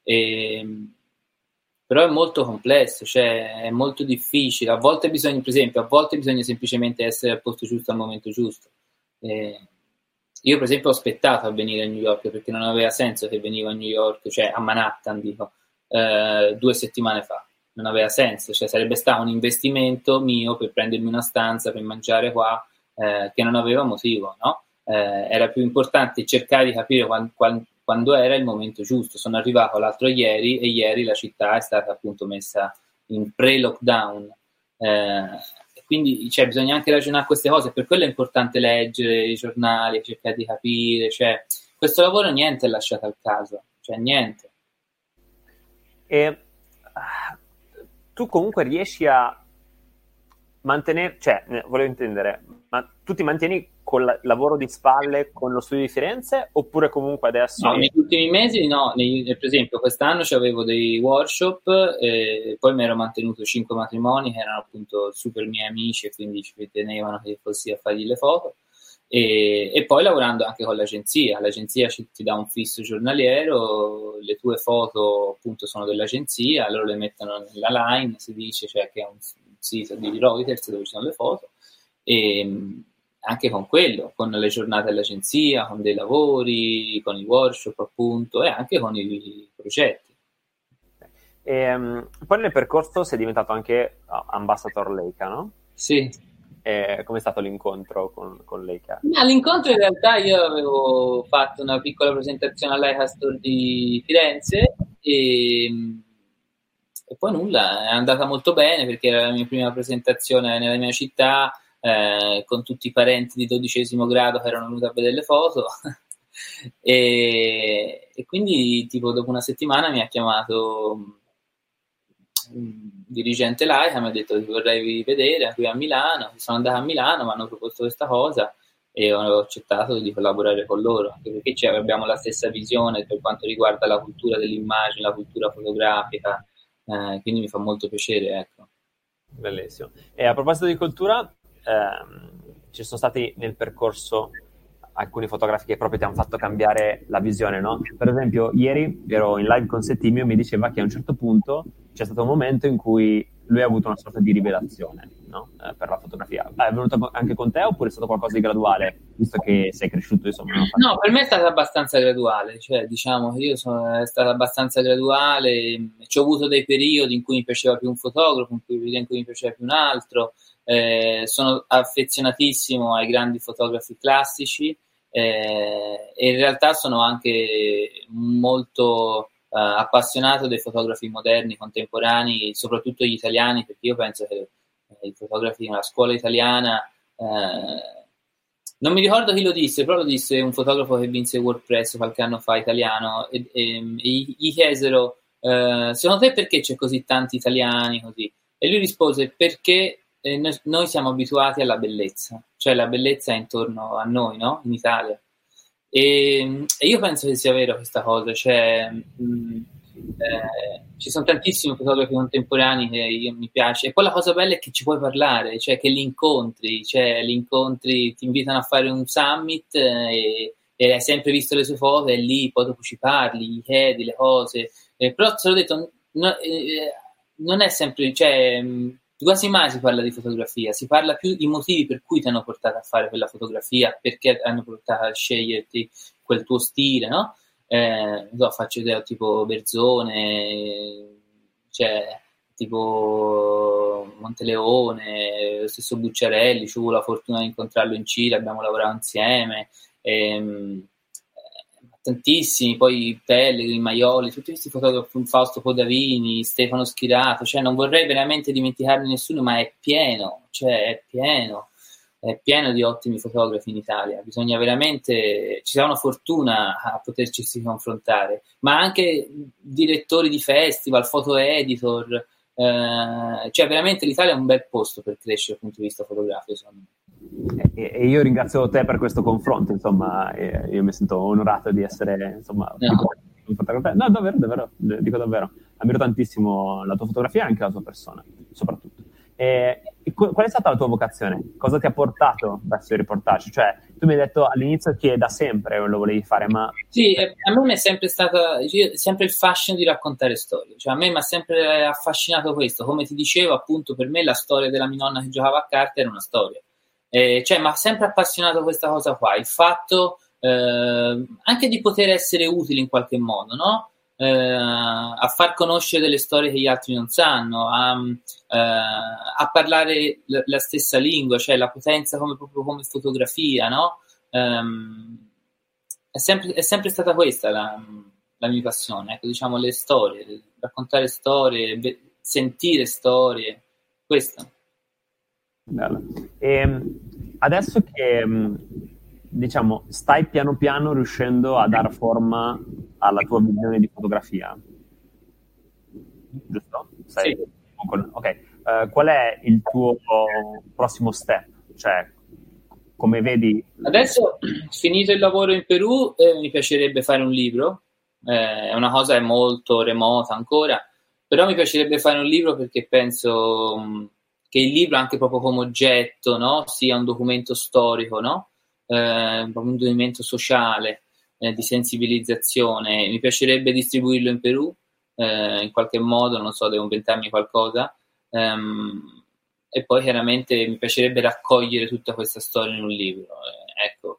però è molto complesso, cioè è molto difficile. A volte bisogna semplicemente essere al posto giusto al momento giusto. Io per esempio ho aspettato a venire a New York perché non aveva senso che venivo a New York, cioè a Manhattan, dico, 2 settimane fa. Non aveva senso, cioè sarebbe stato un investimento mio per prendermi una stanza, per mangiare qua, che non aveva motivo, no? Era più importante cercare di capire quando era il momento giusto. Sono arrivato l'altro ieri e ieri la città è stata appunto messa in pre-lockdown, quindi cioè, bisogna anche ragionare a queste cose, per quello è importante leggere i giornali, cercare di capire, cioè, questo lavoro niente è lasciato al caso, cioè niente. E tu comunque riesci a mantenere, cioè, volevo intendere, ma tu ti mantieni col lavoro di spalle con lo studio di Firenze oppure comunque adesso... No, negli ultimi mesi no, per esempio quest'anno avevo dei workshop, poi mi ero mantenuto 5 matrimoni che erano appunto super miei amici e quindi ci tenevano che fossi a fargli le foto, e poi lavorando anche con l'agenzia ti dà un fisso giornaliero, le tue foto appunto sono dell'agenzia, loro le mettono nella line, si dice, cioè che è un sito di Reuters dove ci sono le foto, e anche con quello, con le giornate all'agenzia, con dei lavori, con i workshop appunto, e anche con i progetti. Poi nel percorso sei diventato anche ambassador Leica, no? Sì. Com'è stato l'incontro con Leica? All'incontro in realtà io avevo fatto una piccola presentazione all'Leica Store di Firenze e e poi nulla, è andata molto bene perché era la mia prima presentazione nella mia città, con tutti i parenti di 12° grado che erano venuti a vedere le foto. E quindi tipo dopo una settimana mi ha chiamato un dirigente Laika, mi ha detto ti vorrei vedere qui a Milano. Sono andato a Milano, mi hanno proposto questa cosa e ho accettato di collaborare con loro, anche perché abbiamo la stessa visione per quanto riguarda la cultura dell'immagine, la cultura fotografica, quindi mi fa molto piacere, ecco. Bellissimo. E a proposito di cultura, ci sono stati nel percorso alcuni fotografi che proprio ti hanno fatto cambiare la visione, no? Per esempio, ieri ero in live con Settimio e mi diceva che a un certo punto c'è stato un momento in cui lui ha avuto una sorta di rivelazione, no? Per la fotografia. È venuto anche con te oppure è stato qualcosa di graduale, visto che sei cresciuto, insomma? No, per me è stata abbastanza graduale, cioè diciamo che è stata abbastanza graduale, ci ho avuto dei periodi in cui mi piaceva più un fotografo, in cui mi piaceva più un altro, sono affezionatissimo ai grandi fotografi classici, e in realtà sono anche molto appassionato dei fotografi moderni, contemporanei, soprattutto gli italiani, perché io penso che i fotografi nella scuola italiana, non mi ricordo chi lo disse, però lo disse un fotografo che vinse WordPress qualche anno fa, italiano, e gli chiesero secondo te perché c'è così tanti italiani così? E lui rispose perché noi siamo abituati alla bellezza, cioè la bellezza è intorno a noi, no? In Italia. E io penso che sia vero questa cosa, cioè ci sono tantissimi fotografi contemporanei che io mi piace, e poi la cosa bella è che ci puoi parlare, cioè che li incontri, ti invitano a fare un summit e hai sempre visto le sue foto e lì poi dopo ci parli, gli chiedi le cose, però te l'ho detto, non è sempre, cioè quasi mai si parla di fotografia, si parla più i motivi per cui ti hanno portato a fare quella fotografia, perché hanno portato a sceglierti quel tuo stile, no? Faccio idea tipo Berzone, cioè tipo Monteleone, lo stesso Bucciarelli, ci fu la fortuna di incontrarlo in Cile, abbiamo lavorato insieme, tantissimi, poi Pellegrini, Maioli, tutti questi fotografi, Fausto Podavini, Stefano Schirato, cioè non vorrei veramente dimenticarne nessuno, ma è pieno, è pieno di ottimi fotografi in Italia, bisogna veramente, ci sia una fortuna a poterci confrontare, ma anche direttori di festival, foto editor, cioè veramente l'Italia è un bel posto per crescere dal punto di vista fotografico, secondo me. E io ringrazio te per questo confronto, insomma, io mi sento onorato di essere, insomma, un fotografo. No, davvero, dico davvero, ammiro tantissimo la tua fotografia e anche la tua persona, soprattutto. E qual è stata la tua vocazione? Cosa ti ha portato verso il reportage? Cioè, tu mi hai detto all'inizio che da sempre lo volevi fare, ma... Sì, a me è sempre sempre il fascino di raccontare storie, cioè a me mi ha sempre affascinato questo, come ti dicevo appunto per me la storia della mia nonna che giocava a carte era una storia, cioè mi ha sempre appassionato questa cosa qua, il fatto anche di poter essere utile in qualche modo, no? A far conoscere delle storie che gli altri non sanno, a parlare la stessa lingua, cioè la potenza proprio come fotografia, no? È sempre stata questa la mia passione, ecco, diciamo le storie, raccontare storie, sentire storie, questo. Bello. E adesso che diciamo stai piano piano riuscendo a dar forma alla tua visione di fotografia, giusto? Sì. Ok, qual è il tuo prossimo step? Cioè, come vedi? Adesso, finito il lavoro in Perù, mi piacerebbe fare un libro, è una cosa molto remota ancora, però mi piacerebbe fare un libro perché penso che il libro anche proprio come oggetto, no? Sia un documento storico, no? Un documento sociale, di sensibilizzazione. Mi piacerebbe distribuirlo in Perù, in qualche modo, non so, devo inventarmi qualcosa, e poi chiaramente mi piacerebbe raccogliere tutta questa storia in un libro, ecco.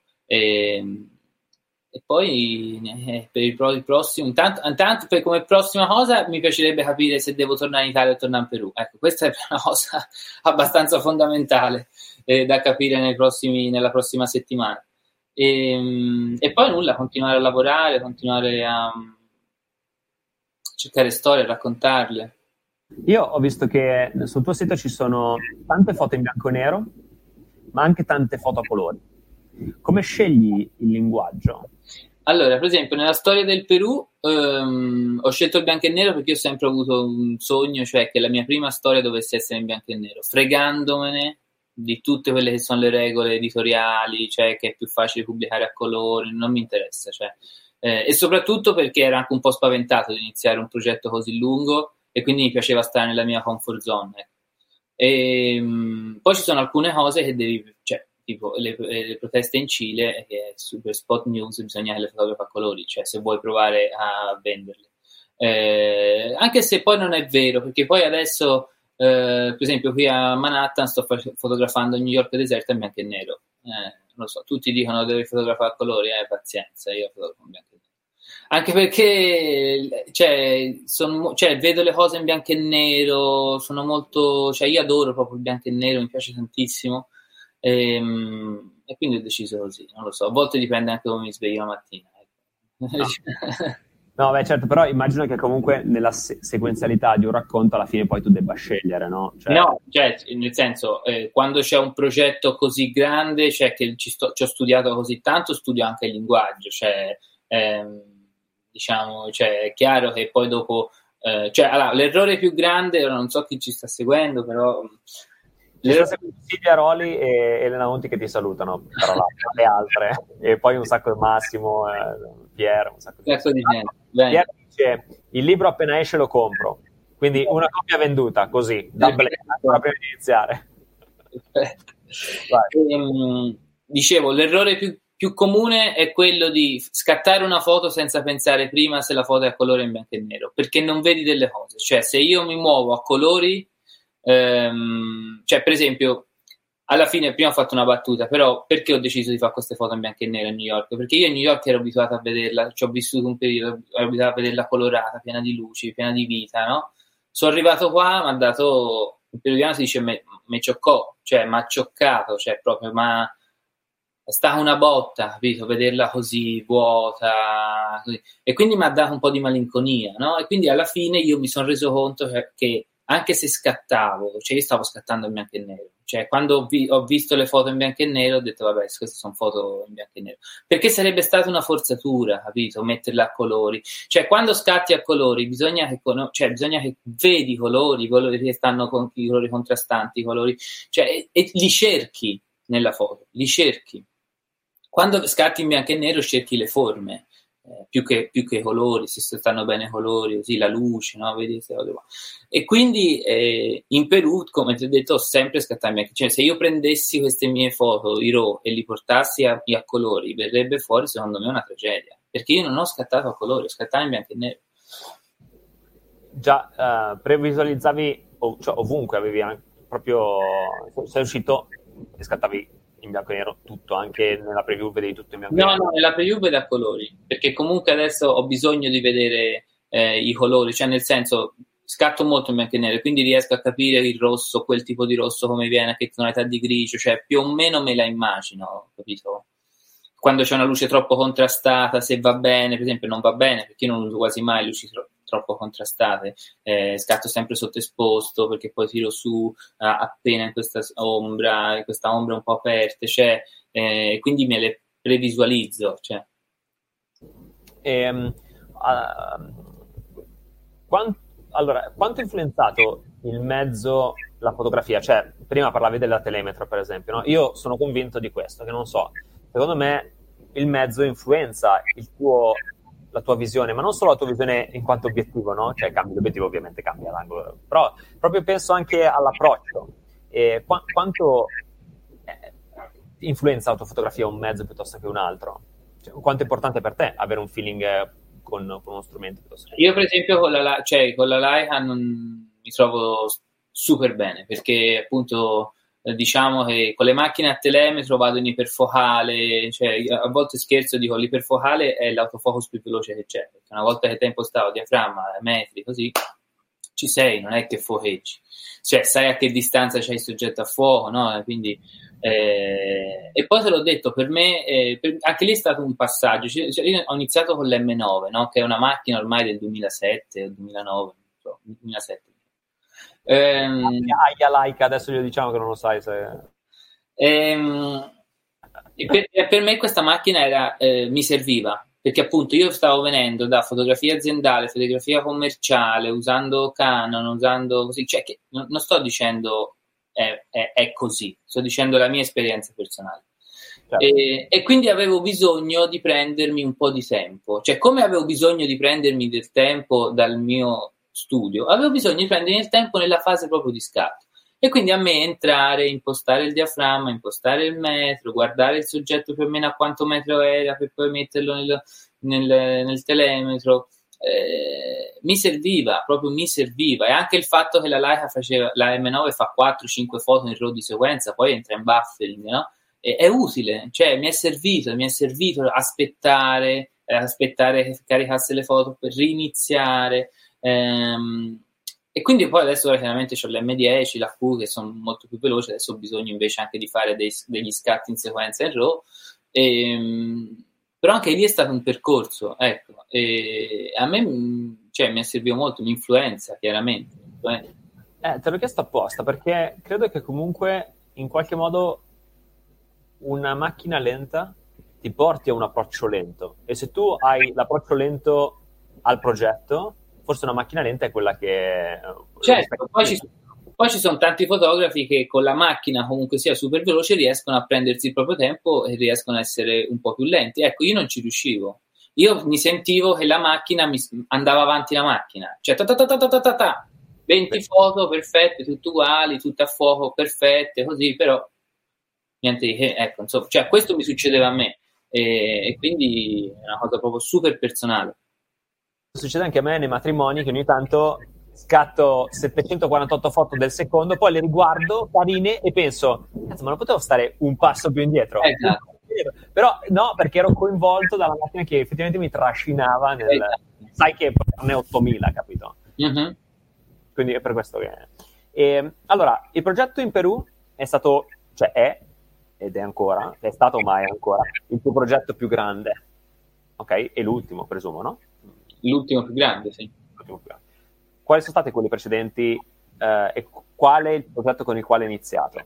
E poi per il prossimo, intanto come prossima cosa mi piacerebbe capire se devo tornare in Italia o tornare in Perù, ecco, questa è una cosa abbastanza fondamentale da capire nella prossima settimana, e poi nulla, continuare a lavorare, continuare a cercare storie, a raccontarle. Io ho visto che sul tuo sito ci sono tante foto in bianco e nero, ma anche tante foto a colori. Come scegli il linguaggio? Allora, per esempio, nella storia del Perù ho scelto il bianco e nero perché io ho sempre avuto un sogno, cioè che la mia prima storia dovesse essere in bianco e nero, fregandomene di tutte quelle che sono le regole editoriali, cioè che è più facile pubblicare a colori, non mi interessa. Cioè. E soprattutto perché ero anche un po' spaventato di iniziare un progetto così lungo e quindi mi piaceva stare nella mia comfort zone. E poi ci sono alcune cose che devi... Cioè, tipo le proteste in Cile, che è super spot news, bisogna che le fotografi a colori, cioè se vuoi provare a venderle. Anche se poi non è vero, perché poi adesso, per esempio qui a Manhattan sto fotografando New York deserta in bianco e nero. Non lo so, tutti dicono devi fotografare a colori, pazienza, io fotografo in bianco e nero. Anche perché cioè, vedo le cose in bianco e nero, sono molto, cioè io adoro proprio il bianco e nero, mi piace tantissimo. E quindi ho deciso così, non lo so, a volte dipende anche come mi sveglio la mattina. No, beh, certo, però immagino che comunque nella sequenzialità di un racconto alla fine poi tu debba scegliere, no? No, cioè, nel senso, quando c'è un progetto così grande, cioè che ci ho studiato così tanto, studio anche il linguaggio, cioè, diciamo, cioè, è chiaro che poi dopo, cioè, allora, l'errore più grande, ora non so chi ci sta seguendo, però... Silvia Roli e Elena Monti che ti salutano, tra l'altro, le altre, e poi un sacco di Massimo, Pier, un sacco di gente. Pier dice, il libro appena esce lo compro, quindi una copia venduta, così, da prima di iniziare. Dicevo, l'errore più comune è quello di scattare una foto senza pensare prima se la foto è a colore in bianco e nero, perché non vedi delle cose, cioè se io mi muovo a colori, cioè per esempio alla fine prima ho fatto una battuta, però perché ho deciso di fare queste foto in bianco e nero a New York? Perché io a New York ero abituato a vederla, ci ho vissuto un periodo, ero abituato a vederla colorata, piena di luci, piena di vita, no? Sono arrivato qua, mi ha dato, in peruviano si dice me cioccò, cioè mi ha cioccato, cioè proprio è stata una botta, capito? Vederla così vuota, così. E quindi mi ha dato un po' di malinconia, no? E quindi alla fine io mi sono reso conto che anche se scattavo, cioè io stavo scattando in bianco e nero, cioè quando ho visto le foto in bianco e nero ho detto vabbè, queste sono foto in bianco e nero, perché sarebbe stata una forzatura, capito? Metterla a colori, cioè quando scatti a colori bisogna che vedi i colori che stanno con i colori contrastanti, i colori, cioè e li cerchi nella foto, li cerchi. Quando scatti in bianco e nero cerchi le forme, più che i colori, se stanno bene i colori, così la luce, no? Vedi queste cose qua. E quindi in Perù, come ti ho detto, ho sempre scattato in bianco, cioè se io prendessi queste mie foto, i RAW, e li portassi a colori, verrebbe fuori secondo me una tragedia, perché io non ho scattato a colori, ho scattato in bianco e nero. Già, previsualizzavi, cioè ovunque avevi proprio, sei uscito e scattavi in bianco e nero tutto, anche nella preview vedevi tutto in bianco e nero? No, nella preview vedo a colori, perché comunque adesso ho bisogno di vedere i colori, cioè nel senso scatto molto in bianco e nero, quindi riesco a capire il rosso, quel tipo di rosso come viene, a che tonalità di grigio, cioè più o meno me la immagino, capito? Quando c'è una luce troppo contrastata, se va bene, per esempio non va bene, perché io non uso quasi mai luci troppo contrastate, scatto sempre sottoesposto perché poi tiro su appena in questa ombra un po' aperte, cioè, quindi me le previsualizzo. Cioè. Quanto ha influenzato il mezzo la fotografia? Cioè, prima parlavi della telemetro, per esempio, no? Io sono convinto di questo, che non so, secondo me il mezzo influenza la tua visione, ma non solo la tua visione in quanto obiettivo, no? Cioè, l'obiettivo ovviamente cambia l'angolo, però proprio penso anche all'approccio. Quanto influenza la tua fotografia un mezzo piuttosto che un altro? Cioè, quanto è importante per te avere un feeling con uno strumento piuttosto che... Io per esempio con la Leica mi trovo super bene, perché appunto diciamo che con le macchine a telemetro vado in iperfocale, cioè a volte scherzo, dico l'iperfocale è l'autofocus più veloce che c'è, perché una volta che hai impostato diaframma, metri, così ci sei, non è che focheggi, cioè sai a che distanza c'è il soggetto a fuoco, no? Quindi e poi te l'ho detto, per me anche lì è stato un passaggio, cioè, io ho iniziato con l'M9, no? Che è una macchina ormai del 2007 o 2009, non so, 2007. Aia Laika, adesso gli diciamo che non lo sai se... Per me questa macchina mi serviva, perché appunto io stavo venendo da fotografia aziendale, fotografia commerciale, usando Canon, usando così, cioè che non sto dicendo è così, sto dicendo la mia esperienza personale. Certo. E quindi avevo bisogno di prendermi un po' di tempo, cioè come avevo bisogno di prendermi del tempo dal mio studio, avevo bisogno di prendermi il tempo nella fase proprio di scatto. E quindi a me entrare, impostare il diaframma, impostare il metro, guardare il soggetto più o meno a quanto metro era per poi metterlo nel telemetro, mi serviva, proprio mi serviva. E anche il fatto che la Leica la M9 fa 4-5 foto in RAW di sequenza, poi entra in buffering, no? È utile, cioè mi è servito aspettare che caricasse le foto per riniziare. E quindi poi adesso chiaramente ho l'M10, la Q che sono molto più veloci, adesso ho bisogno invece anche di fare degli scatti in sequenza in RAW, però anche lì è stato un percorso, ecco, e a me cioè, mi è servito molto, mi influenza chiaramente. Te l'ho chiesto apposta perché credo che comunque in qualche modo una macchina lenta ti porti a un approccio lento, e se tu hai l'approccio lento al progetto, forse una macchina lenta è quella che... Certo, poi ci sono tanti fotografi che con la macchina comunque sia super veloce riescono a prendersi il proprio tempo e riescono a essere un po' più lenti. Ecco, io non ci riuscivo. Io mi sentivo che la macchina andava avanti la macchina. Cioè, 20 foto perfette, tutte uguali, tutte a fuoco, perfette, così, però niente di che. Ecco, insomma, cioè, questo mi succedeva a me. E quindi è una cosa proprio super personale. Succede anche a me nei matrimoni che ogni tanto scatto 748 foto del secondo, poi le riguardo carine e penso, cazzo, ma non potevo stare un passo più indietro? Esatto. Però no, perché ero coinvolto dalla macchina che effettivamente mi trascinava nel... Esatto. Sai che ne 8000, capito? Mm-hmm. Quindi è per questo che... allora, il progetto in Perù è stato, cioè ed è ancora, è stato ma è ancora il tuo progetto più grande, ok? E l'ultimo, presumo, no? L'ultimo più grande, sì. Quali sono stati quelli precedenti e qual è il progetto con il quale hai iniziato?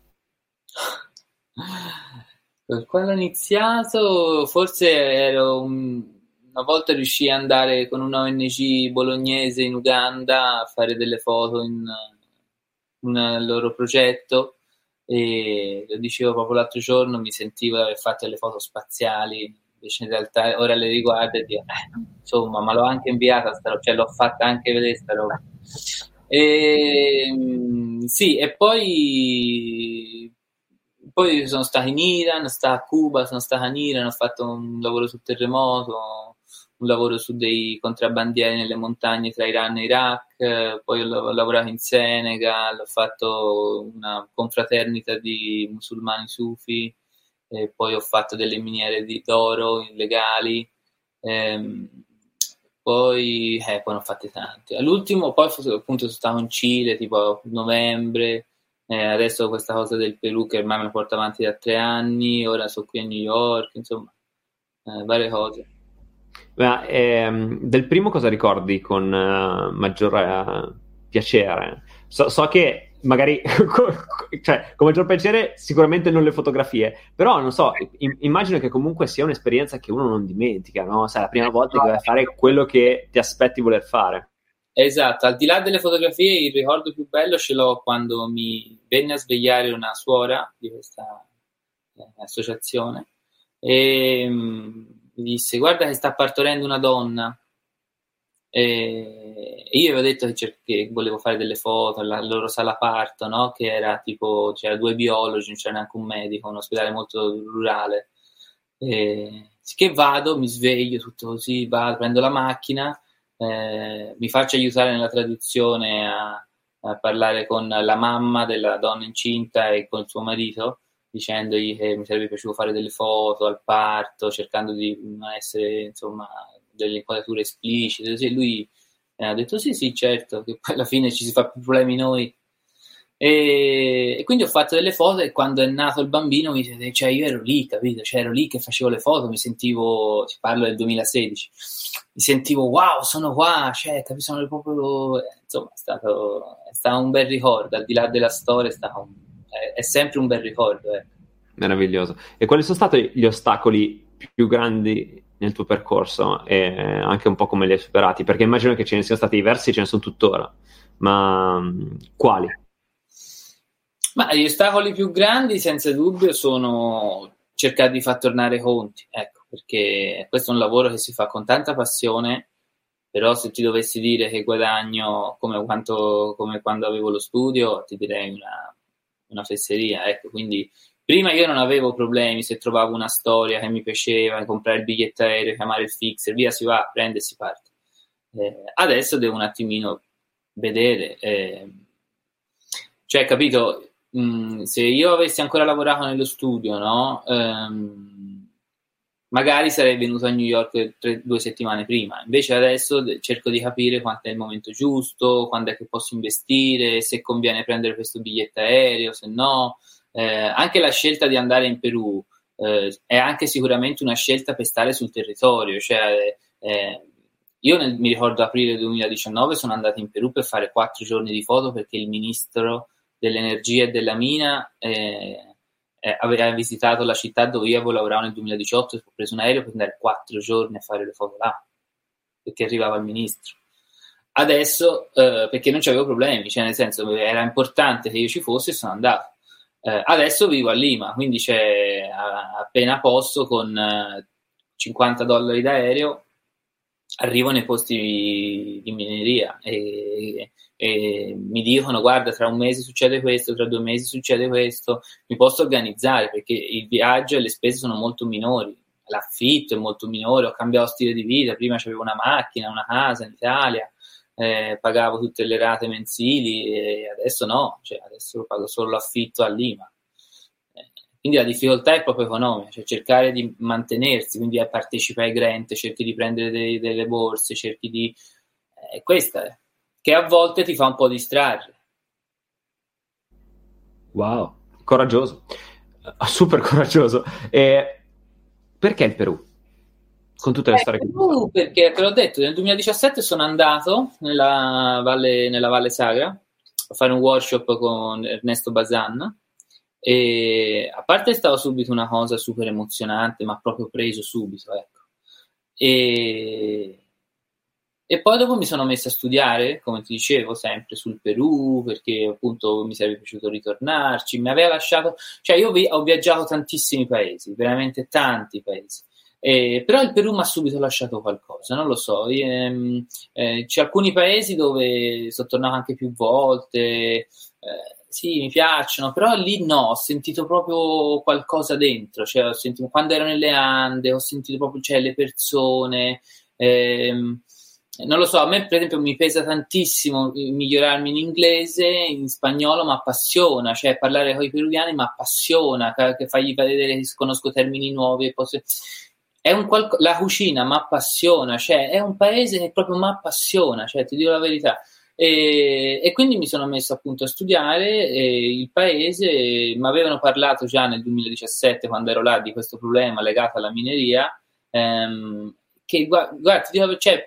Per quando ho iniziato, forse una volta riuscii ad andare con una ONG bolognese in Uganda a fare delle foto in un loro progetto, e lo dicevo proprio l'altro giorno, mi sentivo di aver fatto delle foto spaziali. Invece in realtà ora le riguardo e dico, insomma, ma l'ho anche inviata sta roba, cioè l'ho fatta anche vedere sta roba. Sì, e poi sono stato in Iran, stato a Cuba, sono stato in Iran, ho fatto un lavoro sul terremoto, un lavoro su dei contrabbandieri nelle montagne tra Iran e Iraq, poi ho lavorato in Senegal, ho fatto una confraternita di musulmani sufi, e poi ho fatto delle miniere d'oro illegali, poi ne ho fatte tante. All'ultimo poi appunto sono stato in Cile tipo a novembre, adesso questa cosa del Perù che ormai me la porto avanti da 3 anni, ora sono qui a New York, insomma varie cose. Ma, del primo cosa ricordi con maggior piacere? So che magari cioè, con maggior piacere sicuramente non le fotografie, però non so, immagino che comunque sia un'esperienza che uno non dimentica, no? Sai, la prima volta che vai a fare quello che ti aspetti voler fare. Esatto, al di là delle fotografie, il ricordo più bello ce l'ho quando mi venne a svegliare una suora di questa associazione e mi disse: guarda che sta partorendo una donna. E io avevo detto che volevo fare delle foto alla loro sala parto, no? Che era tipo, c'era 2 biologi, non c'era neanche un medico, un ospedale molto rurale. Che vado, mi sveglio tutto così, vado, prendo la macchina, mi faccio aiutare nella traduzione a parlare con la mamma della donna incinta e con il suo marito, dicendogli che mi sarebbe piaciuto fare delle foto al parto, cercando di non essere, insomma, delle inquadrature esplicite. Così lui ha detto sì, certo, che poi alla fine ci si fa più problemi noi. E quindi ho fatto delle foto e quando è nato il bambino cioè io ero lì, capito? Cioè ero lì che facevo le foto, mi sentivo, ti parlo del 2016, mi sentivo wow, sono qua, cioè, capito? Sono proprio, insomma, è stato un bel ricordo, al di là della storia, è sempre un bel ricordo. Meraviglioso. E quali sono stati gli ostacoli più grandi nel tuo percorso e anche un po' come li hai superati? Perché immagino che ce ne siano stati diversi, ce ne sono tuttora, ma quali? Ma gli ostacoli più grandi, senza dubbio, sono cercare di far tornare i conti, ecco, perché questo è un lavoro che si fa con tanta passione, però se ti dovessi dire che guadagno come quando avevo lo studio, ti direi una fesseria, ecco, quindi prima io non avevo problemi, se trovavo una storia che mi piaceva, comprare il biglietto aereo, chiamare il fixer, via si va, prende e si parte. Adesso devo un attimino vedere, cioè, capito, se io avessi ancora lavorato nello studio, no? Magari sarei venuto a New York 2 settimane prima. Invece adesso cerco di capire quando è il momento giusto, quando è che posso investire, se conviene prendere questo biglietto aereo, se no. Anche la scelta di andare in Perù è anche sicuramente una scelta per stare sul territorio. Cioè, io mi ricordo aprile 2019 sono andato in Perù per fare 4 giorni di foto perché il ministro dell'energia e della mina aveva visitato la città dove io avevo lavorato nel 2018 e ho preso un aereo per andare 4 giorni a fare le foto là perché arrivava il ministro. Adesso perché non c'avevo problemi, cioè nel senso era importante che io ci fossi e sono andato. Adesso vivo a Lima, quindi c'è appena posso con $50 d'aereo arrivo nei posti di mineria e mi dicono guarda tra un mese succede questo, tra 2 mesi succede questo, mi posso organizzare perché il viaggio e le spese sono molto minori, l'affitto è molto minore, ho cambiato stile di vita, prima avevo una macchina, una casa in Italia, pagavo tutte le rate mensili e adesso no, cioè adesso pago solo l'affitto a Lima. Quindi la difficoltà è proprio economica, cioè cercare di mantenersi, quindi partecipi ai grant, cerchi di prendere delle borse, cerchi di... questa è, che a volte ti fa un po' distrarre. Wow, coraggioso, super coraggioso. E perché il Perù? Con tutte le storie che... Perché te l'ho detto, nel 2017 sono andato nella Valle Sagra a fare un workshop con Ernesto Bazan. E a parte è stata subito una cosa super emozionante, ma proprio preso subito, ecco. E poi dopo mi sono messo a studiare, come ti dicevo, sempre sul Perù, perché appunto mi sarebbe piaciuto ritornarci, mi aveva lasciato, cioè io ho viaggiato tantissimi paesi, veramente tanti paesi. Però il Perù mi ha subito lasciato qualcosa, non lo so, c'è alcuni paesi dove sono tornato anche più volte, sì, mi piacciono, però lì no, ho sentito proprio qualcosa dentro, cioè ho sentito, quando ero nelle Ande, ho sentito proprio, cioè, le persone, non lo so, a me per esempio mi pesa tantissimo migliorarmi in inglese, in spagnolo mi appassiona, cioè parlare con i peruviani mi appassiona, che fargli vedere che conosco termini nuovi, la cucina mi appassiona, cioè è un paese che proprio mi appassiona, cioè ti dico la verità. E quindi mi sono messo appunto a studiare il paese, mi avevano parlato già nel 2017 quando ero là di questo problema legato alla mineria, che guarda, ti dico, cioè,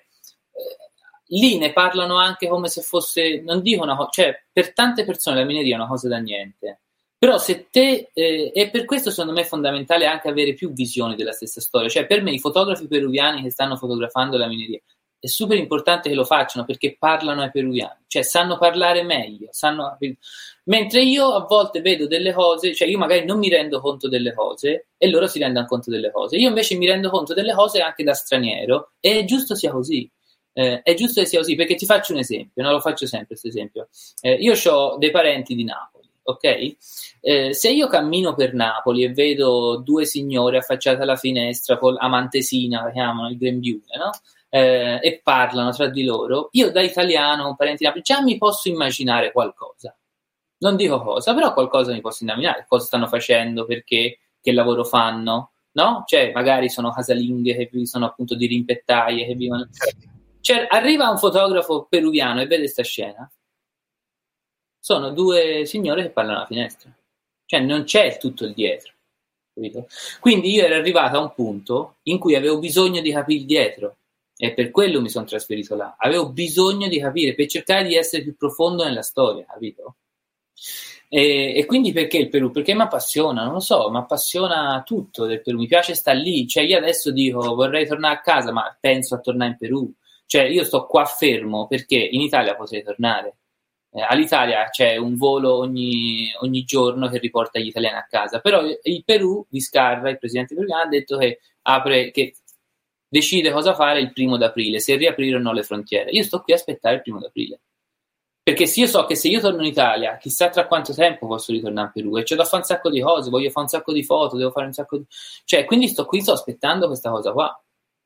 lì ne parlano anche come se fosse, non dico una cosa, cioè per tante persone la mineria è una cosa da niente, però se te, e per questo secondo me è fondamentale anche avere più visioni della stessa storia, cioè per me i fotografi peruviani che stanno fotografando la mineria è super importante che lo facciano perché parlano ai peruviani, cioè sanno parlare meglio, mentre io a volte vedo delle cose, cioè io magari non mi rendo conto delle cose e loro si rendono conto delle cose, io invece mi rendo conto delle cose anche da straniero e è giusto sia così. È giusto che sia così, perché ti faccio un esempio, no? Lo faccio sempre questo esempio. Io ho dei parenti di Napoli, ok? Se io cammino per Napoli e vedo 2 signore affacciate alla finestra con Amantesina, la chiamano il grembiule, no? E parlano tra di loro, io da italiano, parenti di Napoli, già mi posso immaginare qualcosa. Non dico cosa, però qualcosa mi posso immaginare. Cosa stanno facendo, perché, che lavoro fanno, no? Cioè, magari sono casalinghe che sono appunto di rimpettaie che vivono... Cioè, arriva un fotografo peruviano e vede sta scena, sono due signore che parlano alla finestra, cioè non c'è tutto il dietro, capito? Quindi io ero arrivato a un punto in cui avevo bisogno di capire il dietro, e per quello mi sono trasferito là, avevo bisogno di capire, per cercare di essere più profondo nella storia, capito? E quindi perché il Perù? Perché mi appassiona, non lo so, mi appassiona tutto del Perù, mi piace stare lì, cioè io adesso dico vorrei tornare a casa, ma penso a tornare in Perù, cioè io sto qua fermo perché in Italia potrei tornare, all'Italia c'è un volo ogni giorno che riporta gli italiani a casa, però il Perù, Vizcarra, il presidente peruviano, ha detto che decide cosa fare il 1° d'aprile, se riaprire o no le frontiere. Io sto qui a aspettare il 1° d'aprile. Perché se io so che se io torno in Italia, chissà tra quanto tempo posso ritornare in Perù, e c'è da fare un sacco di cose, voglio fare un sacco di foto, devo fare un sacco di... Cioè, quindi sto aspettando questa cosa qua.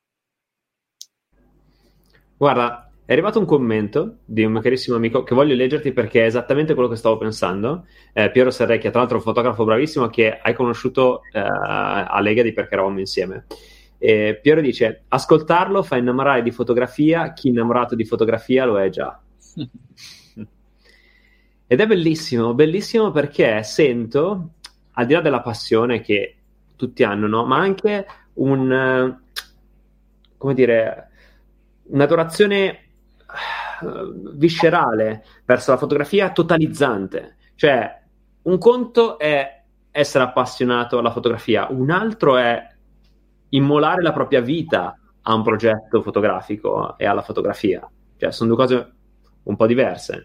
Guarda, è arrivato un commento di un mio carissimo amico che voglio leggerti perché è esattamente quello che stavo pensando. Piero Serrecchia, tra l'altro un fotografo bravissimo che hai conosciuto a Legadi perché eravamo insieme. Piero dice: ascoltarlo fa innamorare di fotografia, chi innamorato di fotografia lo è già. Ed è bellissimo, bellissimo perché sento, al di là della passione che tutti hanno, no? Ma anche come dire, un'adorazione viscerale verso la fotografia totalizzante. Cioè, un conto è essere appassionato alla fotografia, un altro è immolare la propria vita a un progetto fotografico e alla fotografia. Cioè, sono due cose un po' diverse.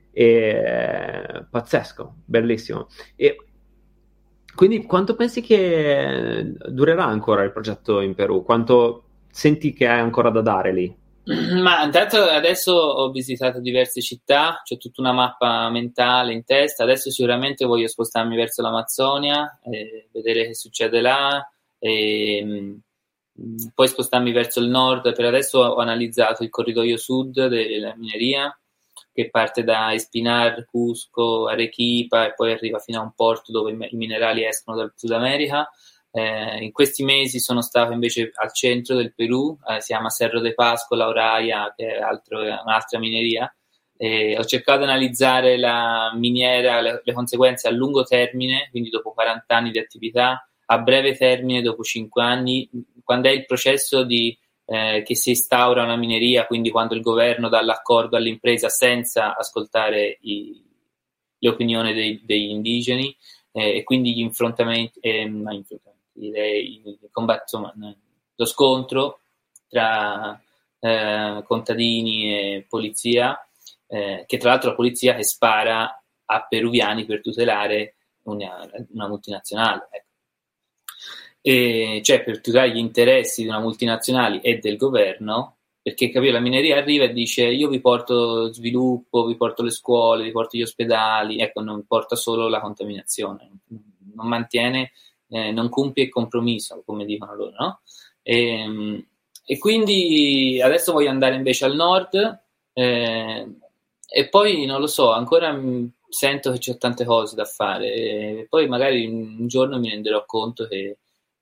E pazzesco, bellissimo. E quindi quanto pensi che durerà ancora il progetto in Perù? Quanto senti che hai ancora da dare lì? Ma intanto adesso ho visitato diverse città, c'ho tutta una mappa mentale in testa, adesso sicuramente voglio spostarmi verso l'Amazzonia, vedere che succede là, e poi spostarmi verso il nord. Per adesso ho analizzato il corridoio sud della mineria, che parte da Espinar, Cusco, Arequipa e poi arriva fino a un porto dove i minerali escono dal Sud America. In questi mesi sono stato invece al centro del Perù, si chiama Cerro de Pasco, La Uraia, che è un'altra mineria. Ho cercato di analizzare la miniera, le conseguenze a lungo termine, quindi dopo 40 anni di attività, a breve termine dopo 5 anni, quando è il processo che si instaura una mineria, quindi quando il governo dà l'accordo all'impresa senza ascoltare le opinioni degli indigeni, e quindi gli infrontamenti, insomma, lo scontro tra contadini e polizia, che tra l'altro la polizia che spara a peruviani per tutelare una multinazionale, ecco. Cioè per tutelare gli interessi di una multinazionale e del governo, perché la mineria arriva e dice: io vi porto sviluppo, vi porto le scuole, vi porto gli ospedali, ecco, non porta solo la contaminazione, non mantiene, non compie il compromesso, come dicono loro, no? E quindi adesso voglio andare invece al nord, e poi non lo so, ancora sento che c'ho tante cose da fare, e poi magari un giorno mi renderò conto che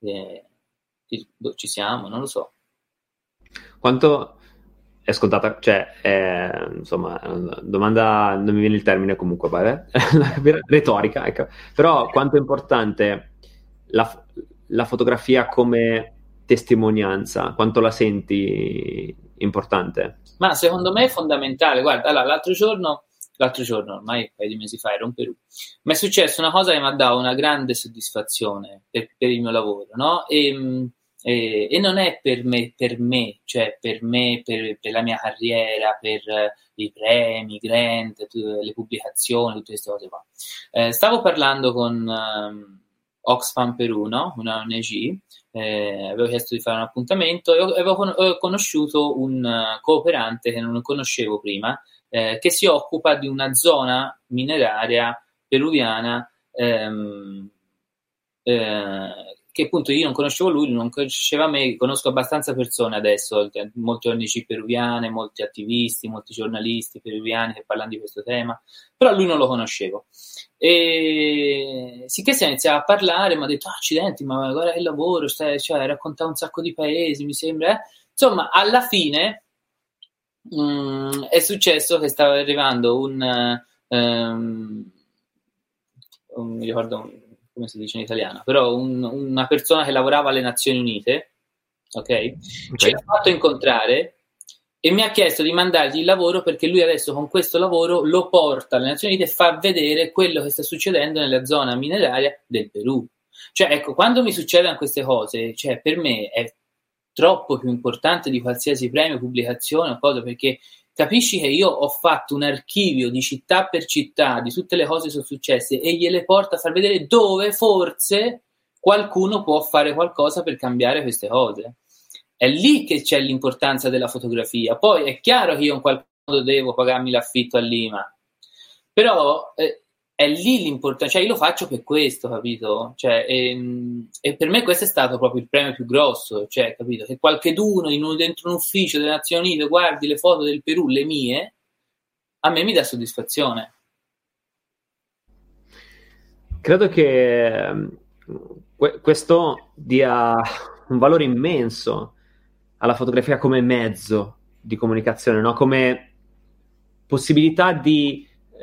ci siamo, non lo so. Quanto è scontata, cioè, insomma, domanda, non mi viene il termine comunque, vabbè, retorica, ecco. Però quanto è importante la fotografia come testimonianza? Quanto la senti importante? Ma secondo me è fondamentale. Guarda, allora, l'altro giorno, ormai un paio di mesi fa, ero in Perù, mi è successa una cosa che mi ha dato una grande soddisfazione per il mio lavoro, no? E non è per me, cioè per me, per la mia carriera, per i premi, i grant, le pubblicazioni, tutte queste cose qua. Stavo parlando con Oxfam Perù, no? Una ONG, avevo chiesto di fare un appuntamento e avevo conosciuto un cooperante che non conoscevo prima, che si occupa di una zona mineraria peruviana, che appunto io non conoscevo lui non conosceva me. Conosco abbastanza persone adesso, molte ONG peruviane, molti attivisti, molti giornalisti peruviani che parlano di questo tema, però lui non lo conoscevo. E sicché si è iniziato a parlare, mi ha detto: accidenti, ma guarda che lavoro, cioè, raccontare un sacco di paesi, mi sembra. Insomma, alla fine è successo che stava arrivando non mi ricordo come si dice in italiano, però una persona che lavorava alle Nazioni Unite, ok? Ci ha fatto incontrare e mi ha chiesto di mandargli il lavoro perché lui adesso con questo lavoro lo porta alle Nazioni Unite e fa vedere quello che sta succedendo nella zona mineraria del Perù. Cioè, ecco, quando mi succedono queste cose, cioè, per me è troppo più importante di qualsiasi premio, pubblicazione o cosa, perché capisci che io ho fatto un archivio di città per città di tutte le cose che sono successe e gliele porto a far vedere dove forse qualcuno può fare qualcosa per cambiare queste cose. È lì che c'è l'importanza della fotografia. Poi è chiaro che io in qualche modo devo pagarmi l'affitto a Lima, però è lì l'importanza, cioè io lo faccio per questo, capito? Cioè, e per me questo è stato proprio il premio più grosso, cioè, capito? Che qualcheduno dentro un ufficio delle Nazioni Unite guardi le foto del Perù, le mie, a me mi dà soddisfazione. Credo che questo dia un valore immenso alla fotografia come mezzo di comunicazione, no? Come possibilità di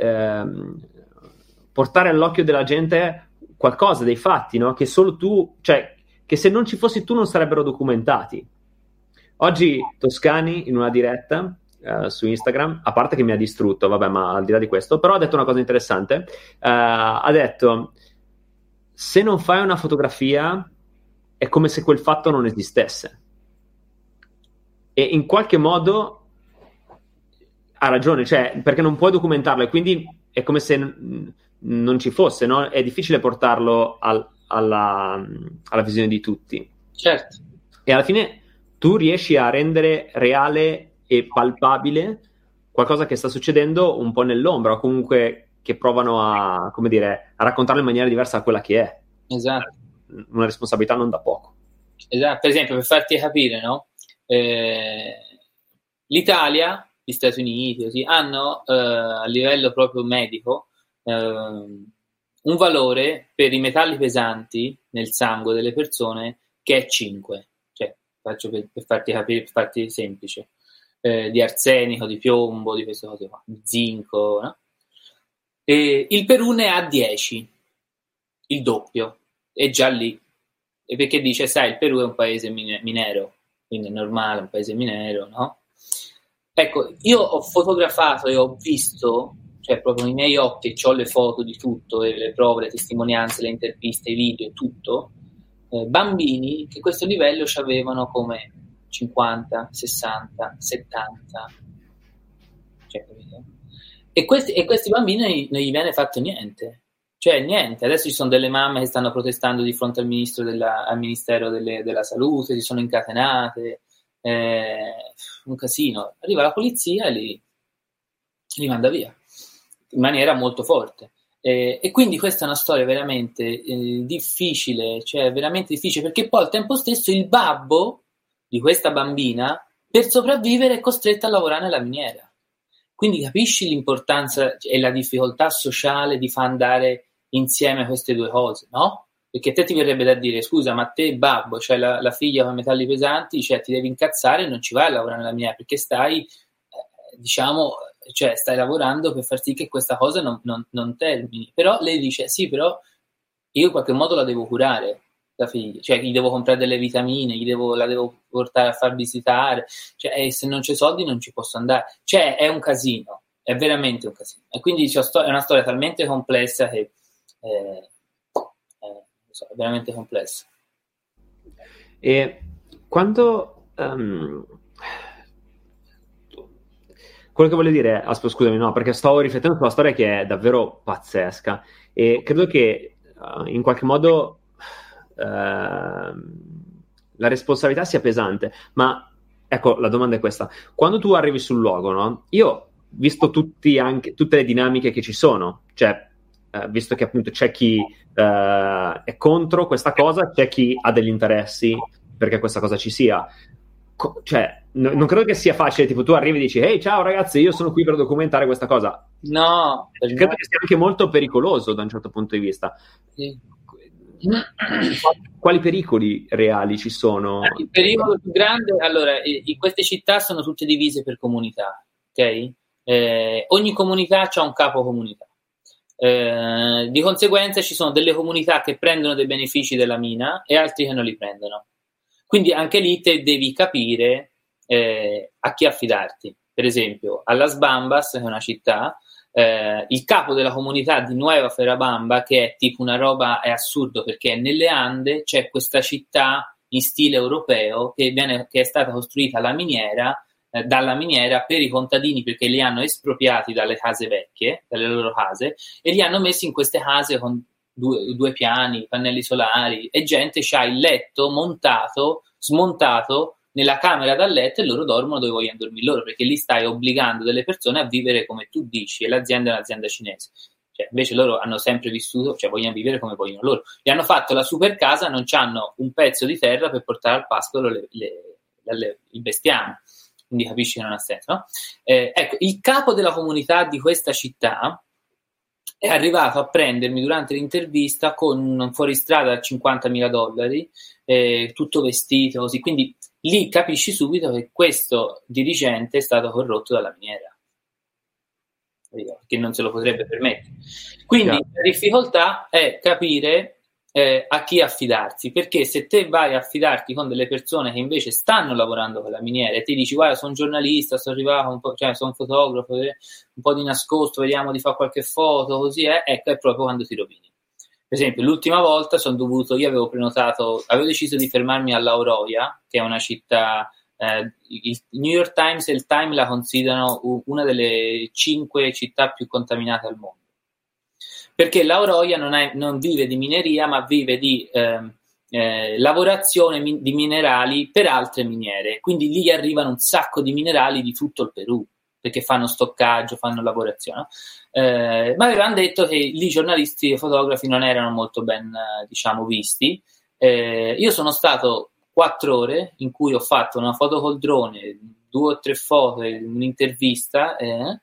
portare all'occhio della gente qualcosa, dei fatti, no? Che solo tu, cioè che se non ci fossi tu non sarebbero documentati. Oggi Toscani in una diretta su Instagram, a parte che mi ha distrutto, vabbè, ma al di là di questo, però ha detto una cosa interessante, ha detto: se non fai una fotografia è come se quel fatto non esistesse. E in qualche modo ha ragione, cioè, perché non puoi documentarlo e quindi è come se non ci fosse, no? È difficile portarlo alla visione di tutti. Certo. E alla fine tu riesci a rendere reale e palpabile qualcosa che sta succedendo un po' nell'ombra, o comunque che provano a, come dire, a raccontarlo in maniera diversa da quella che è. Esatto. Una responsabilità non da poco. Esatto. Per esempio, per farti capire, no? L'Italia, gli Stati Uniti così, hanno a livello proprio medico un valore per i metalli pesanti nel sangue delle persone che è 5, cioè faccio per farti capire, per farti semplice, di arsenico, di piombo, di queste cose qua, di zinco, no? E il Perù ne ha 10, il doppio, è già lì, e perché dice, sai, il Perù è un paese minero, quindi è normale, un paese minero, no? Ecco, io ho fotografato e ho visto, cioè proprio nei miei occhi, ho le foto di tutto, e le prove, le testimonianze, le interviste, i video, tutto, bambini che questo livello ci avevano come 50, 60, 70, cioè, capito? E questi bambini non gli viene fatto niente, cioè niente. Adesso ci sono delle mamme che stanno protestando di fronte al Ministero della Salute, si sono incatenate, un casino. Arriva la polizia e li manda via in maniera molto forte, e quindi questa è una storia veramente difficile, cioè veramente difficile, perché poi al tempo stesso il babbo di questa bambina per sopravvivere è costretto a lavorare nella miniera, quindi capisci l'importanza e la difficoltà sociale di far andare insieme queste due cose, no? Perché te ti verrebbe da dire, scusa, ma te babbo, cioè la figlia con metalli pesanti, cioè ti devi incazzare e non ci vai a lavorare nella miniera, perché stai cioè stai lavorando per far sì che questa cosa non termini. Però lei dice, sì, però io in qualche modo la devo curare, la figlia, cioè gli devo comprare delle vitamine, la devo portare a far visitare, cioè, e se non c'è soldi non ci posso andare, cioè è un casino, è veramente un casino, e quindi è una storia talmente complessa che è veramente complessa. E quando quello che voglio dire, scusami, no, perché stavo riflettendo sulla storia che è davvero pazzesca e credo che in qualche modo la responsabilità sia pesante, ma ecco, la domanda è questa: quando tu arrivi sul luogo, no? Io ho visto tutte le dinamiche che ci sono, cioè visto che appunto c'è chi è contro questa cosa, c'è chi ha degli interessi perché questa cosa ci sia. Cioè, non credo che sia facile, tipo tu arrivi e dici, ehi, ciao ragazzi, io sono qui per documentare questa cosa. No, credo che sia anche molto pericoloso da un certo punto di vista. Sì. Quali pericoli reali ci sono? Il pericolo più grande, allora, queste città sono tutte divise per comunità, ok? Ogni comunità ha un capo comunità. Di conseguenza ci sono delle comunità che prendono dei benefici della mina e altri che non li prendono. Quindi anche lì te devi capire a chi affidarti. Per esempio, a Las Bambas, che è una città, il capo della comunità di Nueva Ferrabamba, che è tipo una roba, è assurdo perché nelle Ande c'è questa città in stile europeo che è stata costruita dalla miniera per i contadini, perché li hanno espropriati dalle case vecchie, dalle loro case, e li hanno messi in queste case con due piani, pannelli solari, e gente c'ha il letto montato, smontato nella camera da letto, e loro dormono dove vogliono dormire loro, perché lì stai obbligando delle persone a vivere come tu dici, e l'azienda è un'azienda cinese. Cioè, invece loro hanno sempre vissuto, cioè vogliono vivere come vogliono loro. Gli hanno fatto la super casa, non c'hanno un pezzo di terra per portare al pascolo il bestiame. Quindi capisci che non ha senso, no? Ecco, il capo della comunità di questa città è arrivato a prendermi durante l'intervista con un fuoristrada da $50.000, tutto vestito così, quindi lì capisci subito che questo dirigente è stato corrotto dalla miniera, che non se lo potrebbe permettere. Quindi la difficoltà è capire a chi affidarsi, perché se te vai a affidarti con delle persone che invece stanno lavorando con la miniera e ti dici guarda sono giornalista, sono arrivato un po', cioè sono fotografo, un po' di nascosto, vediamo di fare qualche foto, così ecco, è proprio quando ti rovini. Per esempio l'ultima volta io avevo deciso di fermarmi a Lauroia, che è una città, il New York Times e il Time la considerano una delle 5 città più contaminate al mondo, perché Lauroia non vive di mineria, ma vive di lavorazione di minerali per altre miniere, quindi lì arrivano un sacco di minerali di tutto il Perù, perché fanno stoccaggio, fanno lavorazione, ma avevano detto che lì giornalisti e fotografi non erano molto ben visti. Io sono stato 4 ore in cui ho fatto una foto col drone, 2 o 3 foto, un'intervista,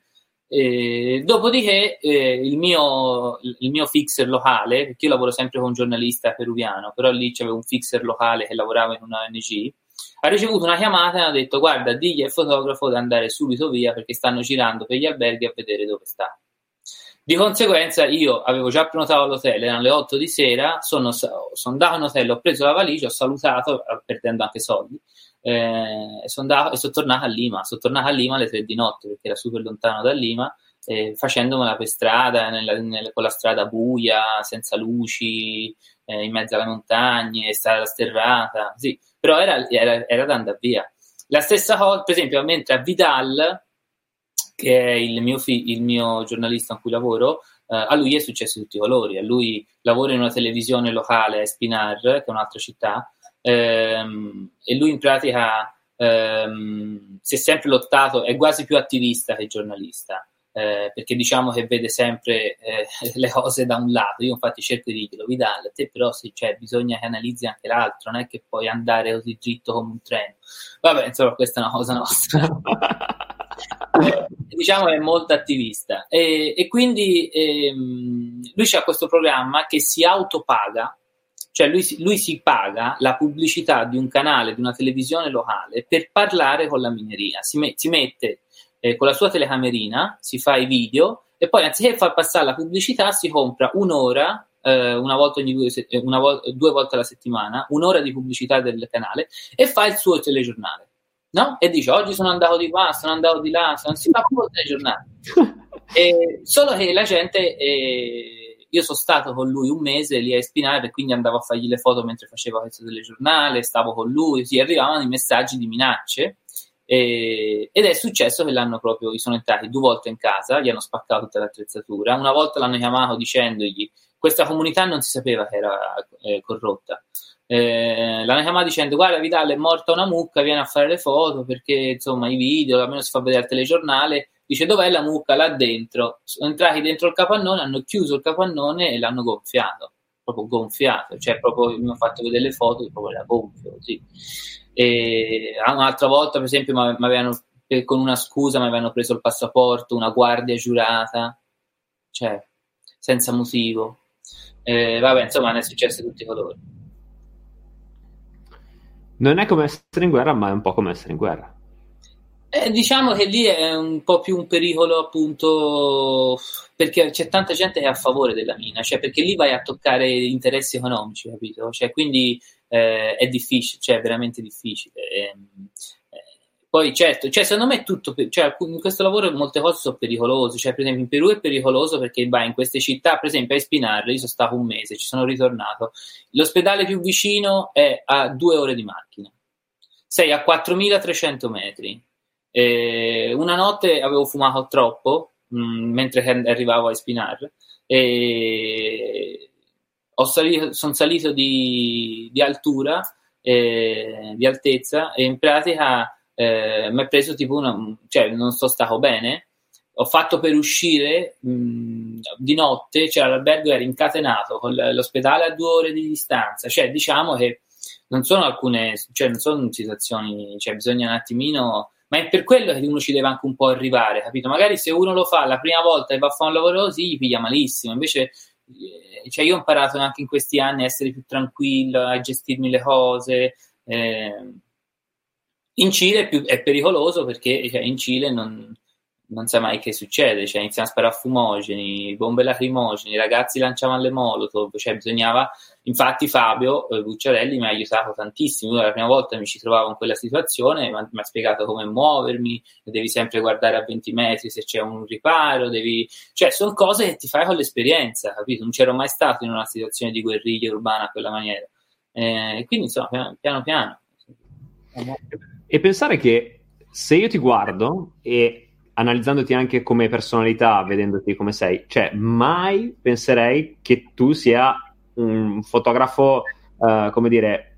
dopodiché il mio fixer locale, perché io lavoro sempre con un giornalista peruviano, però lì c'avevo un fixer locale che lavorava in una ONG, ha ricevuto una chiamata e ha detto guarda, digli al fotografo di andare subito via perché stanno girando per gli alberghi a vedere dove sta. Di conseguenza io avevo già prenotato l'hotel, erano le 8 di sera, sono andato in hotel, ho preso la valigia, ho salutato perdendo anche soldi, e sono tornato a Lima. Sono tornato a Lima alle 3 di notte perché era super lontano da Lima, facendomela per strada, con la strada buia, senza luci, in mezzo alle montagne, strada sterrata, sì, però era da andare via. La stessa cosa, per esempio, mentre a Vidal, che è il mio giornalista con cui lavoro, a lui è successo tutti i colori. A lui lavora in una televisione locale a Espinar, che è un'altra città, e lui in pratica si è sempre lottato, è quasi più attivista che giornalista, perché diciamo che vede sempre le cose da un lato. Io infatti cerco di dirlo, Vidal, te però bisogna che analizzi anche l'altro, non è che puoi andare così dritto come un treno. Vabbè, insomma, questa è una cosa nostra. Diciamo che è molto attivista e quindi lui c'ha questo programma che si autopaga, cioè lui si paga la pubblicità di un canale, di una televisione locale per parlare con la mineria, si mette con la sua telecamerina, si fa i video e poi anziché far passare la pubblicità si compra un'ora, una volta 2 volte alla settimana, un'ora di pubblicità del canale e fa il suo telegiornale. No? E dice oggi sono andato di qua, sono andato di là, non si fa più il telegiornale. Solo che la gente, io sono stato con lui un mese lì a Espinare, quindi andavo a fargli le foto mentre faceva questo telegiornale, stavo con lui, arrivavano i messaggi di minacce ed è successo che gli sono entrati 2 volte in casa, gli hanno spaccato tutta l'attrezzatura, una volta l'hanno chiamato dicendogli questa comunità non si sapeva che era corrotta. L'hanno chiamato dicendo guarda Vidal è morta una mucca, viene a fare le foto perché insomma i video almeno si fa vedere al telegiornale. Dice dov'è la mucca? Là dentro. Sono entrati dentro il capannone, hanno chiuso il capannone e l'hanno gonfiato, proprio gonfiato, cioè proprio mi hanno fatto vedere le foto proprio era gonfio così. E un'altra volta per esempio con una scusa mi avevano preso il passaporto, una guardia giurata, cioè senza motivo. Vabbè insomma ne è successo di tutti i colori. Non è come essere in guerra, ma è un po' come essere in guerra. Diciamo che lì è un po' più un pericolo, appunto, perché c'è tanta gente che è a favore della mina, cioè perché lì vai a toccare interessi economici, capito? Cioè, quindi è difficile, cioè è veramente difficile. Poi certo, cioè secondo me è tutto, cioè in questo lavoro molte cose sono pericolose, cioè per esempio in Perù è pericoloso perché vai in queste città, per esempio a Espinarle, io sono stato un mese, ci sono ritornato, l'ospedale più vicino è a 2 ore di macchina, sei a 4.300 metri. Una notte avevo fumato troppo mentre arrivavo a Espinarle e sono salito di altura, di altezza, e in pratica mi è preso tipo cioè non sono stato bene, ho fatto per uscire di notte, cioè l'albergo era incatenato con l'ospedale a 2 ore di distanza, cioè diciamo che non sono alcune, cioè non sono situazioni, cioè bisogna un attimino, ma è per quello che uno ci deve anche un po' arrivare, capito? Magari se uno lo fa la prima volta e va a fare un lavoro così, gli piglia malissimo, invece cioè io ho imparato anche in questi anni a essere più tranquillo, a gestirmi le cose. In Cile è pericoloso perché cioè, in Cile non sai mai che succede, cioè iniziano a sparare fumogeni, bombe lacrimogeni, i ragazzi lanciavano le molotov, cioè bisognava, infatti Fabio Bucciarelli mi ha aiutato tantissimo, io la prima volta mi ci trovavo in quella situazione, mi ha spiegato come muovermi, devi sempre guardare a 20 metri se c'è un riparo, cioè sono cose che ti fai con l'esperienza, capito? Non c'ero mai stato in una situazione di guerriglia urbana a quella maniera, quindi insomma piano piano. E pensare che se io ti guardo e analizzandoti anche come personalità, vedendoti come sei, cioè mai penserei che tu sia un fotografo, come dire,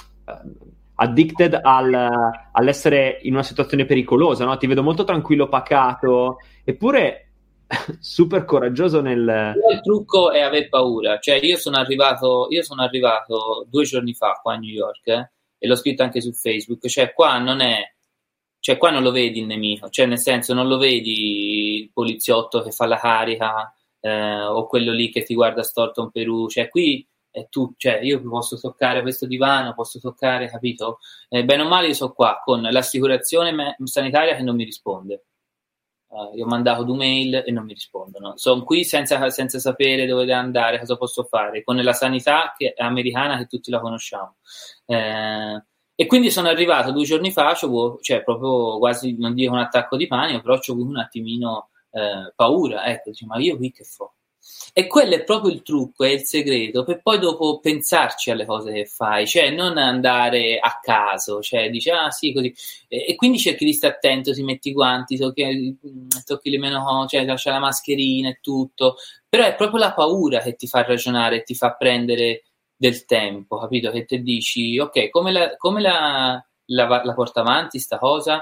addicted all'essere in una situazione pericolosa, no? Ti vedo molto tranquillo, pacato, eppure super coraggioso nel... Il trucco è aver paura, cioè io sono arrivato 2 giorni fa qua a New York, e l'ho scritto anche su Facebook, cioè qua non lo vedi il nemico, cioè nel senso non lo vedi il poliziotto che fa la carica o quello lì che ti guarda storto in Perù, cioè qui è tu, cioè io posso toccare questo divano, posso toccare, capito? Bene o male io sono qua con l'assicurazione sanitaria che non mi risponde. Io ho mandato 2 mail e non mi rispondono. Sono qui senza sapere dove devo andare, cosa posso fare, con la sanità americana che tutti la conosciamo. E quindi sono arrivato 2 giorni fa, cioè proprio quasi, non dico un attacco di panico, però c'ho un attimino paura, ecco, dico, ma io qui che fo? E quello è proprio il trucco, è il segreto, per poi dopo pensarci alle cose che fai, cioè non andare a caso, cioè dici sì così, e quindi cerchi di stare attento, ti metti i guanti, tocchi le meno, cioè lascia la mascherina e tutto, però è proprio la paura che ti fa ragionare, ti fa prendere del tempo, capito? Che te dici, ok, come la porta avanti sta cosa?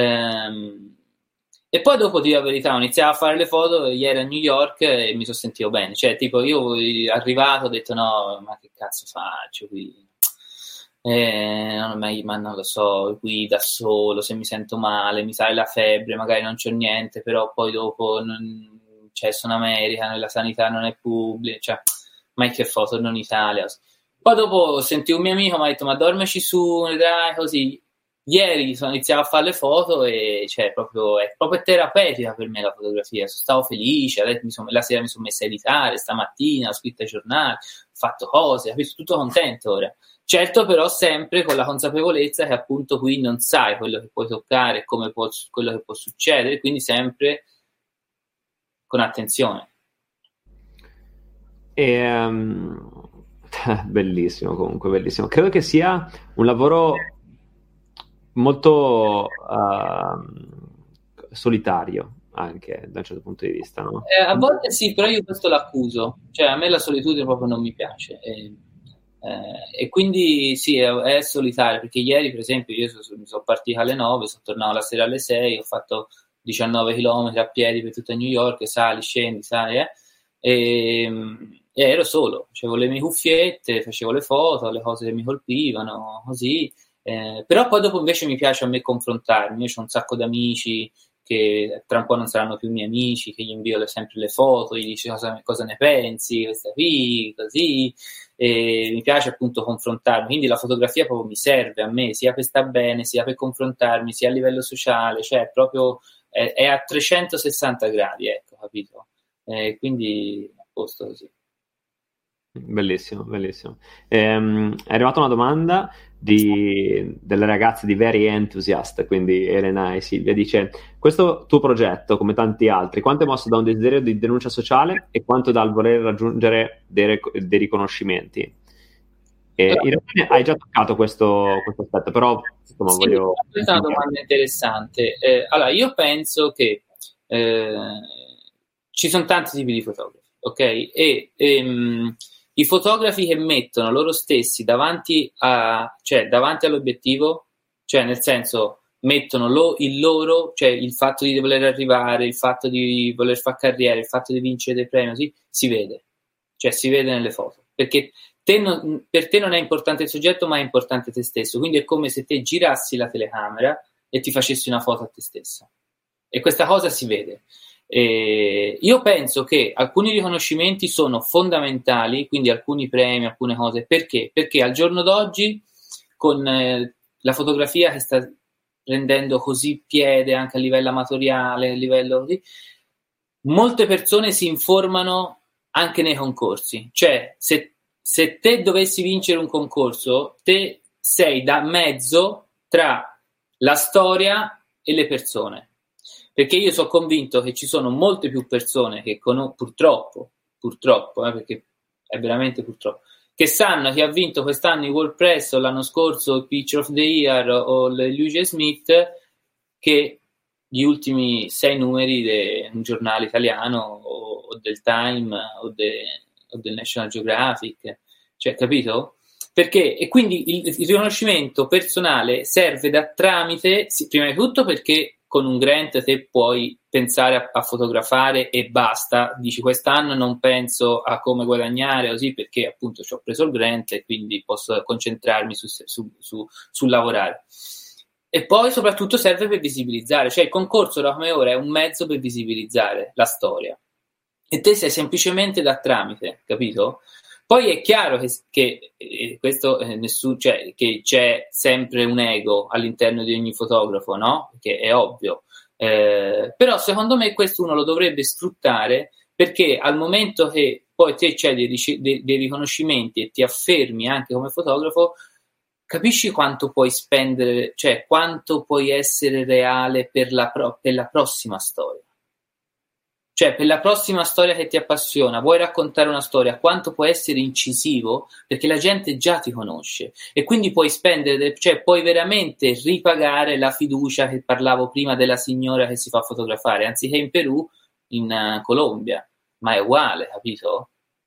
E poi dopo, di la verità, ho iniziato a fare le foto ieri a New York e mi sono sentito bene, cioè tipo io arrivato ho detto no, ma che cazzo faccio qui? Ma non lo so, qui da solo, se mi sento male, mi sale la febbre, magari non c'ho niente, però poi dopo sono America, la sanità non è pubblica, cioè, ma che foto, torno in Italia. Poi dopo sentivo un mio amico, mi ha detto ma dormici su, dai, così. Ieri sono iniziato a fare le foto e cioè, è proprio terapeutica per me la fotografia, stavo felice, la sera mi sono messa a editare, stamattina ho scritto ai giornali, ho fatto cose, sono tutto contento ora. Certo, però sempre con la consapevolezza che appunto qui non sai quello che puoi toccare, quello che può succedere, quindi sempre con attenzione. Bellissimo, comunque, bellissimo. Credo che sia un lavoro molto solitario anche da un certo punto di vista, no? A volte sì, però io questo l'accuso, cioè a me la solitudine proprio non mi piace e quindi sì, è solitario, perché ieri per esempio io sono partito alle 9, sono tornato la sera alle 6, ho fatto 19 km a piedi per tutta New York, sali, scendi, sai, e ero solo, avevo le mie cuffiette, facevo le foto, le cose che mi colpivano, così. Però poi dopo invece mi piace a me confrontarmi, io ho un sacco di amici che tra un po' non saranno più miei amici, che gli invio sempre le foto, gli dico cosa ne pensi, questa qui, così, e mi piace appunto confrontarmi, quindi la fotografia proprio mi serve a me, sia per star bene, sia per confrontarmi, sia a livello sociale, cioè proprio è a 360 gradi, ecco, capito? Quindi a posto così. Bellissimo, bellissimo. È arrivata una domanda delle ragazze di Very Enthusiast, quindi Elena e Silvia, dice: questo tuo progetto, come tanti altri, quanto è mosso da un desiderio di denuncia sociale e quanto dal voler raggiungere dei riconoscimenti? In realtà hai già toccato questo aspetto, però insomma, voglio... Questa è una domanda interessante. Allora, io penso che ci sono tanti tipi di fotografi, ok? E i fotografi che mettono loro stessi davanti all'obiettivo, cioè nel senso mettono il loro, cioè il fatto di voler arrivare, il fatto di voler fare carriera, il fatto di vincere dei premi, sì, si vede, cioè si vede nelle foto, perché per te non è importante il soggetto, ma è importante te stesso, quindi è come se te girassi la telecamera e ti facessi una foto a te stesso, e questa cosa si vede. Io penso che alcuni riconoscimenti sono fondamentali, quindi alcuni premi, alcune cose. Perché? Perché al giorno d'oggi, con la fotografia che sta prendendo così piede anche a livello amatoriale, a livello di, molte persone si informano anche nei concorsi. Cioè, se te dovessi vincere un concorso, te sei da mezzo tra la storia e le persone. Perché io sono convinto che ci sono molte più persone che purtroppo, perché è veramente purtroppo, che sanno chi ha vinto quest'anno il WordPress o l'anno scorso il Picture of the Year o il Luigi Smith, che gli ultimi 6 numeri di un giornale italiano o del Time o del National Geographic, cioè, capito? Perché, e quindi il riconoscimento personale serve da tramite, prima di tutto perché con un grant te puoi pensare a fotografare e basta, dici quest'anno non penso a come guadagnare così perché appunto ci ho preso il grant e quindi posso concentrarmi sul lavorare. E poi soprattutto serve per visibilizzare, cioè il concorso da come ora è un mezzo per visibilizzare la storia e te sei semplicemente da tramite, capito? Poi è chiaro che questo cioè, che c'è sempre un ego all'interno di ogni fotografo, no? Che è ovvio. Però secondo me questo uno lo dovrebbe sfruttare, perché al momento che poi te c'è dei riconoscimenti e ti affermi anche come fotografo, capisci quanto puoi spendere, cioè quanto puoi essere reale per la prossima storia. Cioè, per la prossima storia che ti appassiona, vuoi raccontare una storia, quanto puoi essere incisivo, perché la gente già ti conosce e quindi puoi spendere, cioè puoi veramente ripagare la fiducia che parlavo prima della signora che si fa fotografare, anziché in Perù, in Colombia, ma è uguale, capito?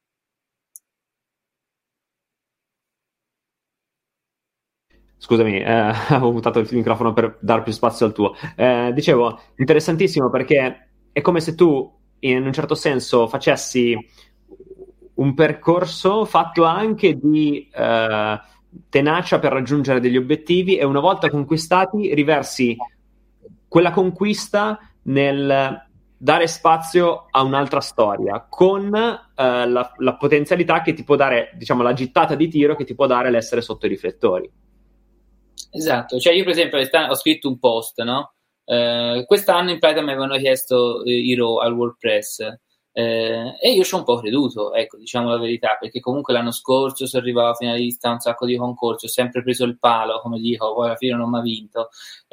Scusami, avevo mutato il microfono per dar più spazio al tuo. Dicevo, interessantissimo perché è come se tu, in un certo senso, facessi un percorso fatto anche di tenacia per raggiungere degli obiettivi e una volta conquistati riversi quella conquista nel dare spazio a un'altra storia con la potenzialità che ti può dare, diciamo, la gittata di tiro che ti può dare l'essere sotto i riflettori. Esatto, cioè io per esempio ho scritto un post, no? Quest'anno in pratica mi avevano chiesto i RAW al WordPress e io ci ho un po' creduto, ecco, diciamo la verità, perché comunque l'anno scorso sono arrivato finalista a un sacco di concorsi, ho sempre preso il palo, come dico, poi alla fine non mi ha vinto.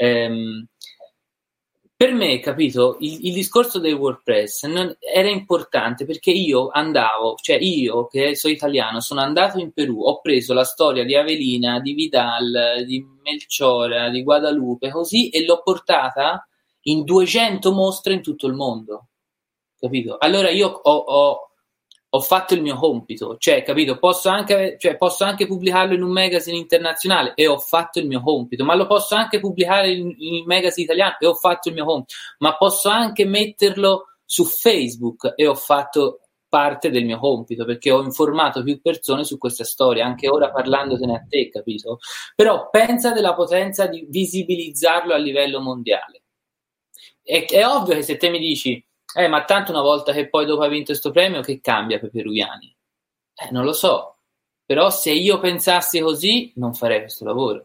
Per me, capito, il discorso del WordPress era importante perché io andavo, cioè io che sono italiano, sono andato in Perù, ho preso la storia di Avelina, di Vidal, di Melchiora, di Guadalupe, così, e l'ho portata in 200 mostre in tutto il mondo, capito? Allora io ho fatto il mio compito, cioè, capito? Posso anche pubblicarlo in un magazine internazionale e ho fatto il mio compito, ma lo posso anche pubblicare in magazine italiano e ho fatto il mio compito, ma posso anche metterlo su Facebook e ho fatto parte del mio compito, perché ho informato più persone su questa storia, anche ora parlandotene a te, capito? Però pensa della potenza di visibilizzarlo a livello mondiale. È ovvio che se te mi dici ma tanto una volta che poi dopo hai vinto questo premio che cambia per i peruviani? Non lo so, però se io pensassi così non farei questo lavoro.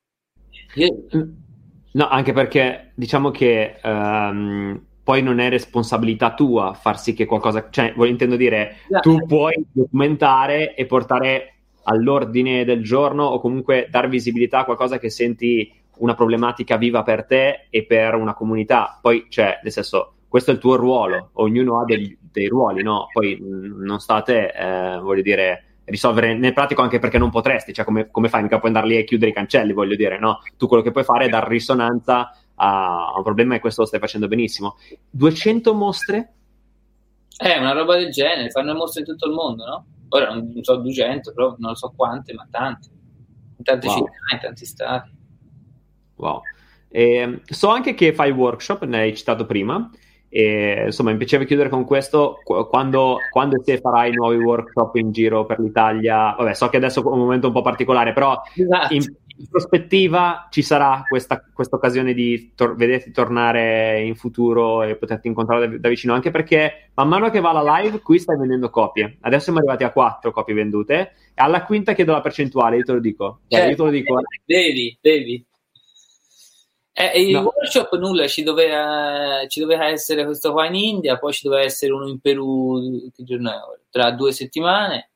No, anche perché diciamo che poi non è responsabilità tua far sì che qualcosa, cioè intendo dire, tu puoi documentare e portare all'ordine del giorno o comunque dar visibilità a qualcosa che senti una problematica viva per te e per una comunità. Poi, cioè, nel senso, questo è il tuo ruolo, ognuno ha dei ruoli, no? Poi non state, voglio dire, risolvere nel pratico, anche perché non potresti, cioè come fai? Mica puoi andare lì e chiudere i cancelli, voglio dire, no? Tu quello che puoi fare è dar risonanza a un problema, e questo lo stai facendo benissimo. 200 mostre? Una roba del genere, fanno mostre in tutto il mondo, no? Ora non so 200, però non lo so quante, ma tante. In tante città, in tanti stati. Wow. So anche che fai workshop, ne hai citato prima, e insomma mi piaceva chiudere con questo. Quando e se farai nuovi workshop in giro per l'Italia? Vabbè, so che adesso è un momento un po' particolare, però esatto. in prospettiva ci sarà questa occasione di vederti tornare in futuro e poterti incontrare da vicino, anche perché man mano che va la live qui stai vendendo copie. Adesso siamo arrivati a 4 copie vendute, e alla quinta chiedo la percentuale, io te lo dico. Io te lo dico. Devi. Il workshop nulla, ci doveva essere questo qua in India, poi ci doveva essere uno in Perù, che giorno è ora? Tra 2 settimane,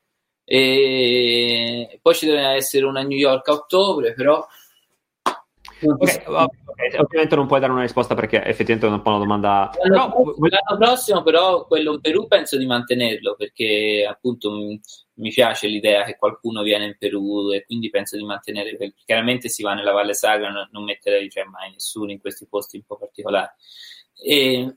e poi ci doveva essere uno a New York a ottobre, però ovviamente non puoi dare una risposta perché effettivamente è un po' una domanda. L'anno prossimo però quello in Perù penso di mantenerlo, perché appunto mi piace l'idea che qualcuno viene in Perù, e quindi penso di mantenere. Chiaramente si va nella Valle Sagra, non metterei mai nessuno in questi posti un po' particolari, e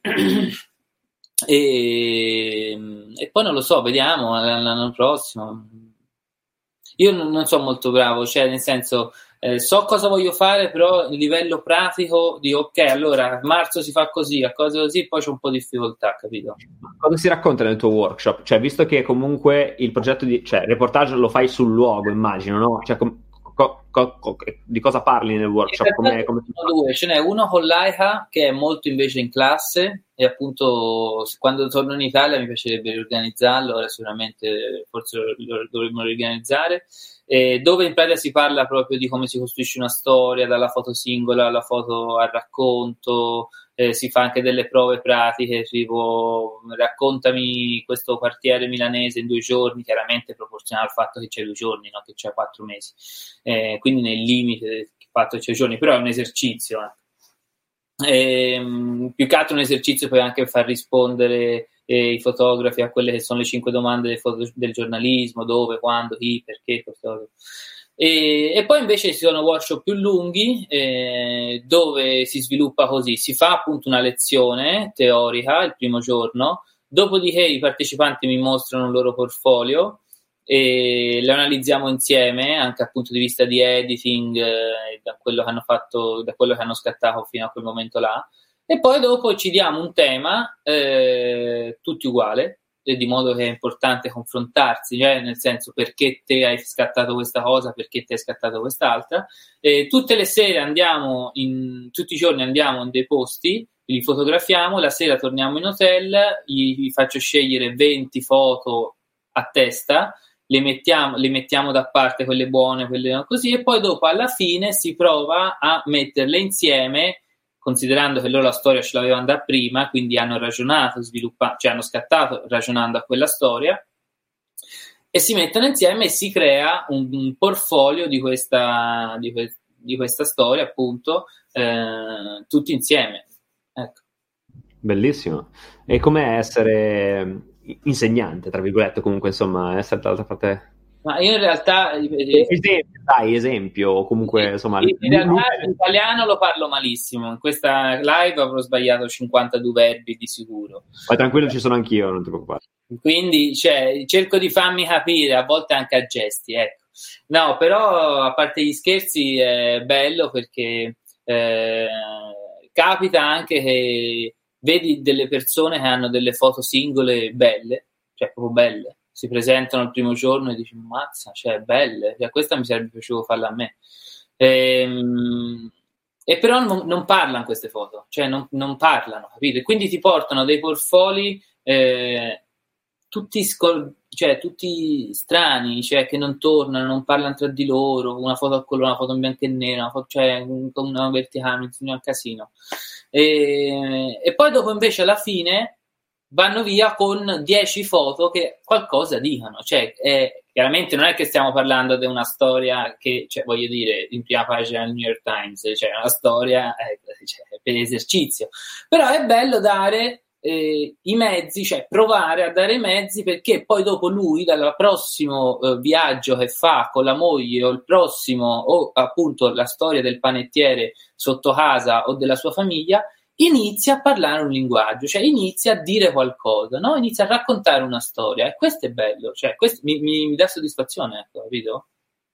poi non lo so, vediamo l'anno prossimo. Io non sono molto bravo, cioè nel senso, so cosa voglio fare, però il livello pratico di ok, allora a marzo si fa così, a cose così, poi c'è un po' di difficoltà, capito? Cosa si racconta nel tuo workshop? Cioè, visto che comunque il progetto reportage lo fai sul luogo, immagino, no? Cioè, di cosa parli nel workshop? Due, ce n'è uno con l'AICA che è molto invece in classe, e appunto quando torno in Italia mi piacerebbe riorganizzarlo, ora sicuramente forse lo dovremmo riorganizzare, dove in pratica si parla proprio di come si costruisce una storia, dalla foto singola alla foto al racconto. Si fa anche delle prove pratiche, tipo raccontami questo quartiere milanese in 2 giorni, chiaramente proporzionale al fatto che c'è 2 giorni, no? Che c'è 4 mesi, quindi nel limite del fatto che c'è 2 giorni, però è un esercizio. Più che altro un esercizio per anche far rispondere i fotografi a quelle che sono le 5 domande del giornalismo: dove, quando, chi, perché, questo. E poi invece ci sono workshop più lunghi, dove si sviluppa così: si fa appunto una lezione teorica il primo giorno, dopodiché i partecipanti mi mostrano il loro portfolio e lo analizziamo insieme anche dal punto di vista di editing, da quello che hanno fatto, da quello che hanno scattato fino a quel momento là, e poi dopo ci diamo un tema, tutti uguale, di modo che è importante confrontarsi, nel senso, perché te hai scattato questa cosa, perché te hai scattato quest'altra. Tutte le sere tutti i giorni andiamo in dei posti, li fotografiamo, la sera torniamo in hotel, gli faccio scegliere 20 foto a testa, le mettiamo da parte, quelle buone, quelle non così, e poi dopo alla fine si prova a metterle insieme, considerando che loro la storia ce l'avevano da prima, quindi hanno ragionato, hanno scattato ragionando a quella storia, e si mettono insieme e si crea un portfolio di questa storia, appunto, tutti insieme. Ecco. Bellissimo. E com'è essere insegnante, tra virgolette, comunque, insomma, essere dall'altra parte? Ma io in realtà esempio, o comunque insomma, in realtà l'italiano lo parlo malissimo. In questa live avrò sbagliato 52 verbi di sicuro. Ma tranquillo, ci sono anch'io, non ti preoccupare. Quindi cerco di farmi capire, a volte anche a gesti, ecco. No, però a parte gli scherzi è bello, perché capita anche che vedi delle persone che hanno delle foto singole belle, cioè proprio belle, si presentano il primo giorno e dici mazza, cioè belle, cioè, questa mi sarebbe piaciuto farla a me, e però non parlano queste foto, cioè non parlano, capite? Quindi ti portano dei portfoli tutti strani, cioè che non tornano, non parlano tra di loro, una foto a colore, una foto in bianco e nero, cioè con una verticale, un casino. E poi dopo invece alla fine vanno via con 10 foto che qualcosa dicono, cioè chiaramente non è che stiamo parlando di una storia che, cioè, voglio dire, in prima pagina del New York Times, cioè una storia per esercizio, però è bello dare i mezzi, cioè provare a dare i mezzi, perché poi dopo lui dal prossimo viaggio che fa con la moglie, o il prossimo, o appunto la storia del panettiere sotto casa o della sua famiglia, inizia a parlare un linguaggio, cioè inizia a dire qualcosa, no? Inizia a raccontare una storia, e questo è bello, cioè questo mi dà soddisfazione, ecco, capito?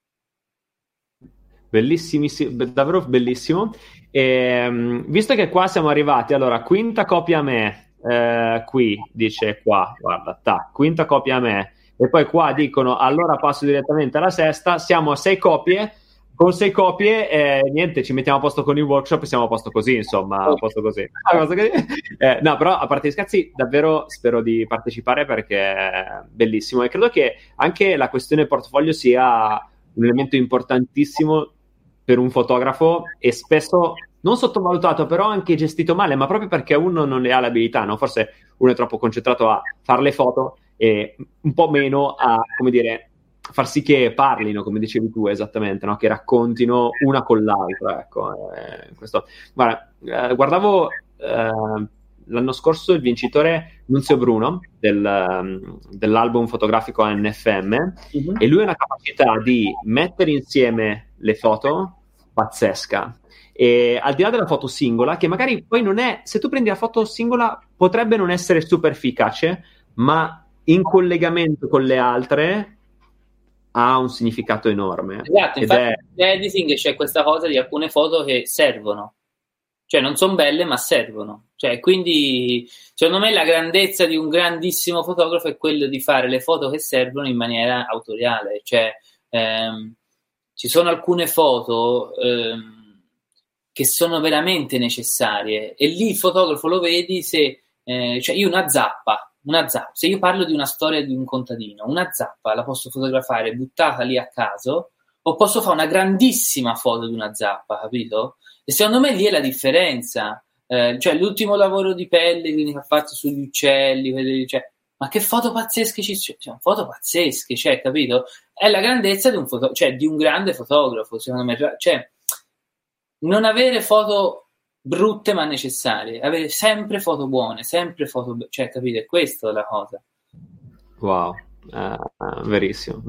Bellissimissimo, davvero bellissimo. Visto che qua siamo arrivati, allora, quinta copia a me, qui dice qua, guarda, quinta copia a me, e poi qua dicono allora passo direttamente alla sesta, siamo a 6 copie. Con 6 copie, niente, ci mettiamo a posto con il workshop e siamo a posto così, insomma, a posto così. No, però a parte gli scherzi, davvero spero di partecipare perché è bellissimo, e credo che anche la questione portfolio sia un elemento importantissimo per un fotografo, e spesso non sottovalutato, però anche gestito male, ma proprio perché uno non ne ha l'abilità, no? Forse uno è troppo concentrato a fare le foto e un po' meno a, come dire, far sì che parlino, come dicevi tu esattamente, no? Che raccontino una con l'altra, ecco. Questo. Guarda, guardavo l'anno scorso il vincitore Nunzio Bruno dell'album fotografico NFM, e lui ha una capacità di mettere insieme le foto pazzesca, e al di là della foto singola, che magari poi non è, se tu prendi la foto singola potrebbe non essere super efficace, ma in collegamento con le altre ha un significato enorme. Esatto, infatti nell'editing c'è questa cosa di alcune foto che servono, cioè non sono belle ma servono, cioè quindi secondo me la grandezza di un grandissimo fotografo è quello di fare le foto che servono in maniera autoriale, cioè ci sono alcune foto che sono veramente necessarie, e lì il fotografo lo vedi se cioè io una zappa, se io parlo di una storia di un contadino, una zappa la posso fotografare buttata lì a caso, o posso fare una grandissima foto di una zappa, capito? E secondo me lì è la differenza, cioè l'ultimo lavoro di Pellegrini che ha fatto sugli uccelli, cioè, ma che foto pazzesche sono, foto pazzesche, cioè, capito? È la grandezza di un cioè di un grande fotografo, secondo me, cioè non avere foto brutte ma necessarie, avere sempre foto buone, sempre foto, cioè, capite? Questa è la cosa. Wow, verissimo.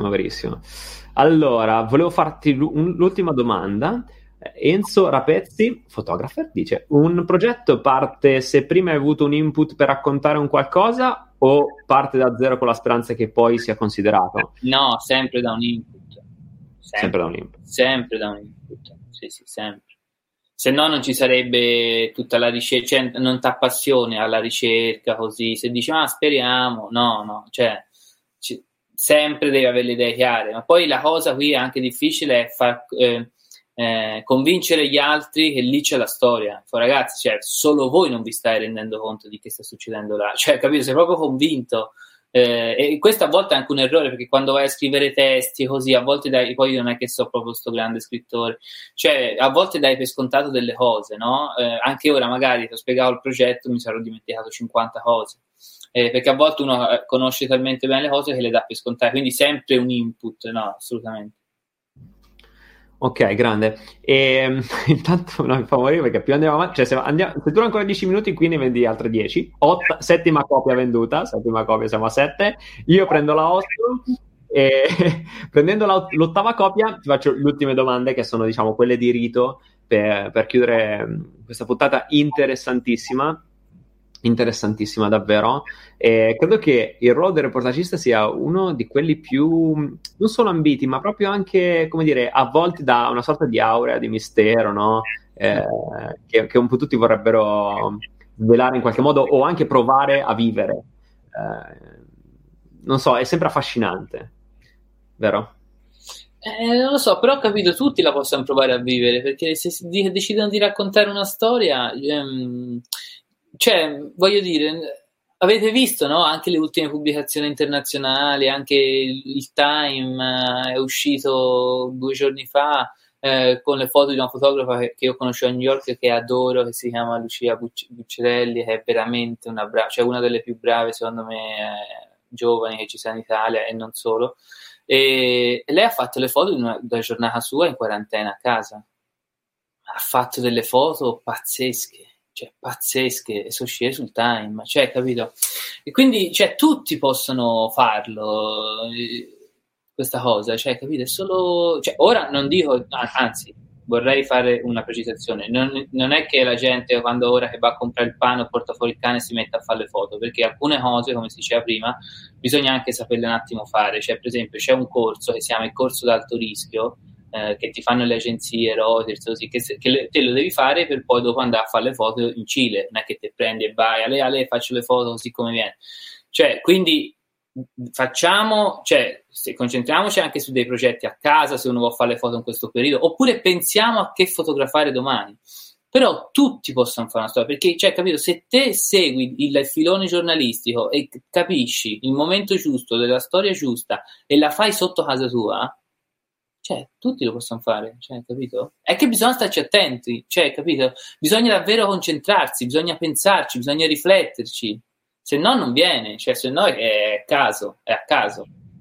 Allora, volevo farti l'ultima domanda. Enzo Rapezzi, photographer, dice: un progetto parte se prima hai avuto un input per raccontare un qualcosa, o parte da zero con la speranza che poi sia considerato? No, sempre da un input. Sempre da un input. Sempre da un input, sì, sempre. Se no non ci sarebbe tutta la ricerca, cioè non ti appassioni alla ricerca così, se dici speriamo, no, cioè sempre devi avere le idee chiare, ma poi la cosa qui anche difficile è far convincere gli altri che lì c'è la storia. Ragazzi, cioè solo voi non vi stai rendendo conto di che sta succedendo là, cioè capito, sei proprio convinto. E questo a volte è anche un errore, perché quando vai a scrivere testi così, a volte poi non è che so proprio sto grande scrittore, cioè a volte dai per scontato delle cose, no? Anche ora magari ti spiegavo il progetto, mi sarò dimenticato 50 cose, perché a volte uno conosce talmente bene le cose che le dà per scontate, quindi sempre un input, no, assolutamente. Ok, grande. E intanto mi fa morire perché più andiamo avanti, cioè se dura ancora 10 minuti, qui ne vendi altre 10. Settima copia venduta, siamo a 7. Io prendo la 8 e prendendo l'ottava copia ti faccio le ultime domande, che sono, diciamo, quelle di rito per chiudere questa puntata interessantissima davvero. E credo che il ruolo del reportagista sia uno di quelli più non solo ambiti, ma proprio anche, come dire, avvolti da una sorta di aurea di mistero, no? Che un po' tutti vorrebbero svelare in qualche modo, o anche provare a vivere. Non so, è sempre affascinante, vero? Non lo so, però ho capito, tutti la possono provare a vivere, perché se decidono di raccontare una storia, cioè, voglio dire, avete visto, no? Anche le ultime pubblicazioni internazionali, anche il Time è uscito 2 giorni fa con le foto di una fotografa che io conosco a New York, che adoro, che si chiama Lucia Buccerelli, che è veramente una brava, cioè una delle più brave secondo me giovani che ci sia in Italia e non solo. E lei ha fatto le foto della giornata sua in quarantena a casa. Ha fatto delle foto pazzesche, cioè pazzesche, e sono uscite sul Time, cioè, capito? E quindi, cioè, tutti possono farlo, questa cosa, cioè, capito? È solo, cioè, ora non dico, anzi, vorrei fare una precisazione, non è che la gente quando ora che va a comprare il pane o porta fuori il cane si mette a fare le foto, perché alcune cose, come si diceva prima, bisogna anche saperle un attimo fare, cioè, per esempio, c'è un corso che si chiama il corso d'alto rischio, che ti fanno le agenzie Reuters, così, che te lo devi fare per poi dopo andare a fare le foto in Cile, non è che te prendi e vai, a lei faccio le foto così come viene, cioè, quindi facciamo, cioè, concentriamoci anche su dei progetti a casa se uno vuole fare le foto in questo periodo, oppure pensiamo a che fotografare domani. Però tutti possono fare una storia, perché, cioè, capito, se te segui il filone giornalistico e capisci il momento giusto della storia giusta e la fai sotto casa tua, cioè, tutti lo possono fare, cioè, capito? È che bisogna starci attenti, cioè, capito? Bisogna davvero concentrarsi, bisogna pensarci, bisogna rifletterci, se no non viene, cioè, se no è a caso.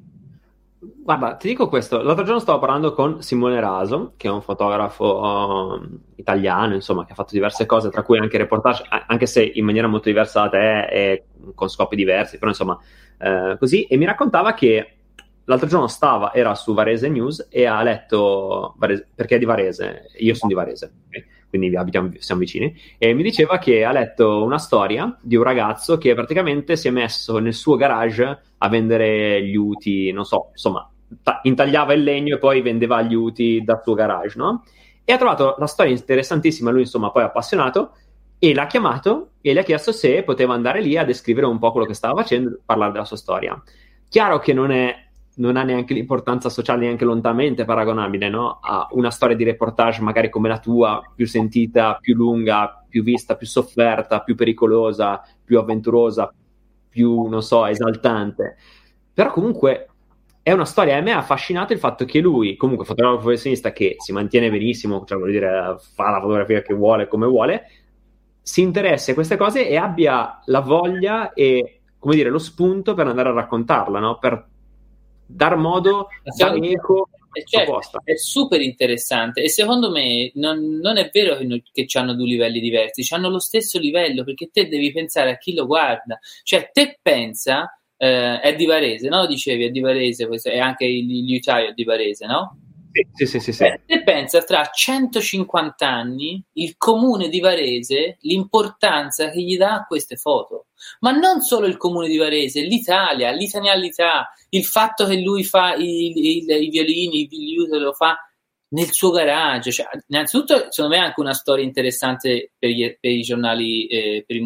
Guarda, ti dico questo, l'altro giorno stavo parlando con Simone Raso, che è un fotografo italiano, insomma, che ha fatto diverse cose, tra cui anche reportage, anche se in maniera molto diversa da te e con scopi diversi, però insomma, così, e mi raccontava che l'altro giorno era su Varese News e ha letto, perché è di Varese, io sono di Varese, quindi siamo vicini, e mi diceva che ha letto una storia di un ragazzo che praticamente si è messo nel suo garage a vendere gli uti, non so, insomma, intagliava il legno e poi vendeva gli uti dal suo garage, no? E ha trovato la storia interessantissima, lui insomma poi è appassionato, e l'ha chiamato e le ha chiesto se poteva andare lì a descrivere un po' quello che stava facendo, parlare della sua storia. Chiaro che non ha neanche l'importanza sociale neanche lontanamente paragonabile, no? A una storia di reportage magari come la tua, più sentita, più lunga, più vista, più sofferta, più pericolosa, più avventurosa, più, non so, esaltante. Però comunque è una storia, e a me ha affascinato il fatto che lui, comunque fotografo professionista che si mantiene benissimo, cioè vuol dire fa la fotografia che vuole, come vuole, si interessa a queste cose e abbia la voglia e, come dire, lo spunto per andare a raccontarla, no? Per dar modo, dare eco. Certo, è super interessante, e secondo me non è vero che hanno 2 livelli diversi, hanno lo stesso livello, perché te devi pensare a chi lo guarda, cioè te pensa, è di Varese, no? Dicevi è di Varese, e anche gli Italia è di Varese, no? Sì. Te pensa tra 150 anni il comune di Varese, l'importanza che gli dà a queste foto, ma non solo il comune di Varese, l'Italia, l'italianità, il fatto che lui fa i violini, il lo fa nel suo garage, cioè, innanzitutto secondo me è anche una storia interessante per i giornali, per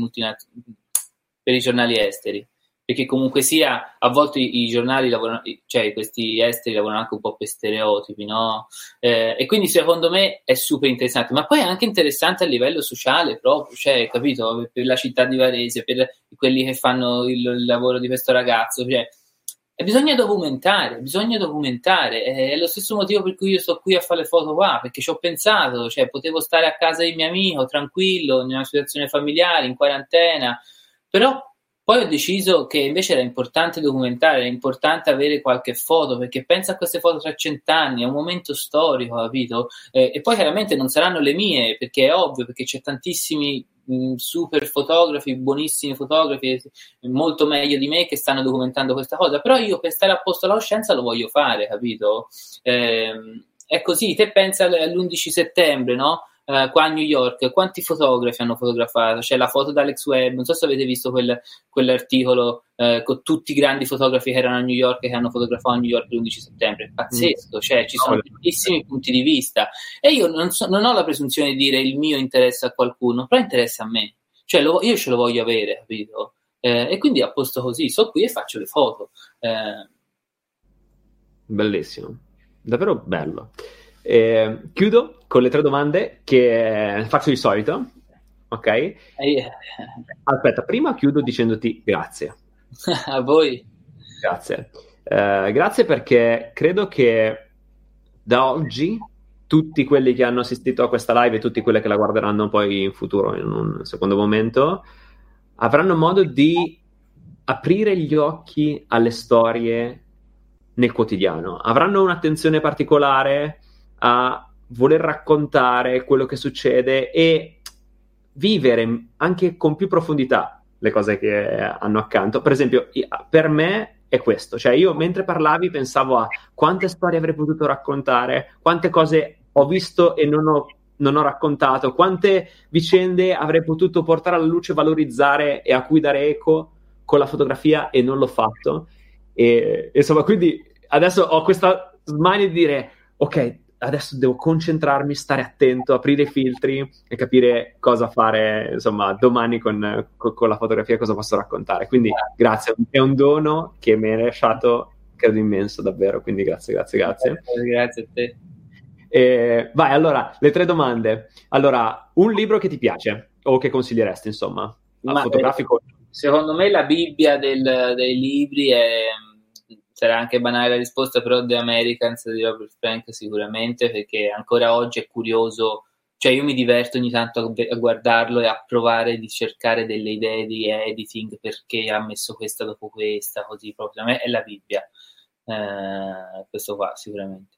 i giornali esteri, perché comunque sia a volte i giornali lavorano, cioè questi esteri lavorano anche un po' per stereotipi, no? E quindi secondo me è super interessante, ma poi è anche interessante a livello sociale proprio, cioè, capito? Per la città di Varese, per quelli che fanno il lavoro di questo ragazzo, cioè, e bisogna documentare, è lo stesso motivo per cui io sto qui a fare le foto qua, perché ci ho pensato, cioè potevo stare a casa del mio amico tranquillo, in una situazione familiare, in quarantena, però poi ho deciso che invece era importante documentare, era importante avere qualche foto, perché pensa a queste foto tra 100 anni, è un momento storico, capito? E poi chiaramente non saranno le mie, perché è ovvio, perché c'è tantissimi super fotografi, buonissimi fotografi, molto meglio di me, che stanno documentando questa cosa, però io per stare a posto alla coscienza lo voglio fare, capito? È così, te pensa all'11 settembre, no? Qua a New York, quanti fotografi hanno fotografato? C'è la foto da Alex Webb, non so se avete visto quell'articolo con tutti i grandi fotografi che erano a New York, che hanno fotografato a New York l'11 settembre, pazzesco, cioè ci sono tantissimi punti di vista, e io non ho la presunzione di dire il mio interessa a qualcuno, però interessa a me, cioè io ce lo voglio avere, capito? E quindi a posto così, sto qui e faccio le foto. Bellissimo, davvero bello. Chiudo con le 3 domande che faccio di solito. ok? Aspetta, prima chiudo dicendoti grazie. A voi. Grazie. Grazie perché credo che da oggi tutti quelli che hanno assistito a questa live e tutti quelli che la guarderanno poi in futuro, in un secondo momento, avranno modo di aprire gli occhi alle storie nel quotidiano. Avranno un'attenzione particolare a voler raccontare quello che succede e vivere anche con più profondità le cose che hanno accanto. Per esempio, per me è questo, cioè io mentre parlavi pensavo a quante storie avrei potuto raccontare, quante cose ho visto e non ho raccontato, quante vicende avrei potuto portare alla luce, valorizzare e a cui dare eco con la fotografia e non l'ho fatto. E insomma, quindi adesso ho questa smania di dire ok, adesso devo concentrarmi, stare attento, aprire i filtri e capire cosa fare, insomma, domani con la fotografia, cosa posso raccontare. Quindi grazie, è un dono che mi hai lasciato, credo, immenso, davvero. Quindi grazie. Grazie a te. Vai, allora, le 3 domande. Allora, un libro che ti piace o che consiglieresti, insomma, fotografico? Secondo me la Bibbia dei libri sarà anche banale la risposta, però The Americans di Robert Frank sicuramente, perché ancora oggi è curioso, cioè io mi diverto ogni tanto a guardarlo e a provare di cercare delle idee di editing, perché ha messo questa dopo questa, così proprio. A me è la Bibbia, questo qua sicuramente.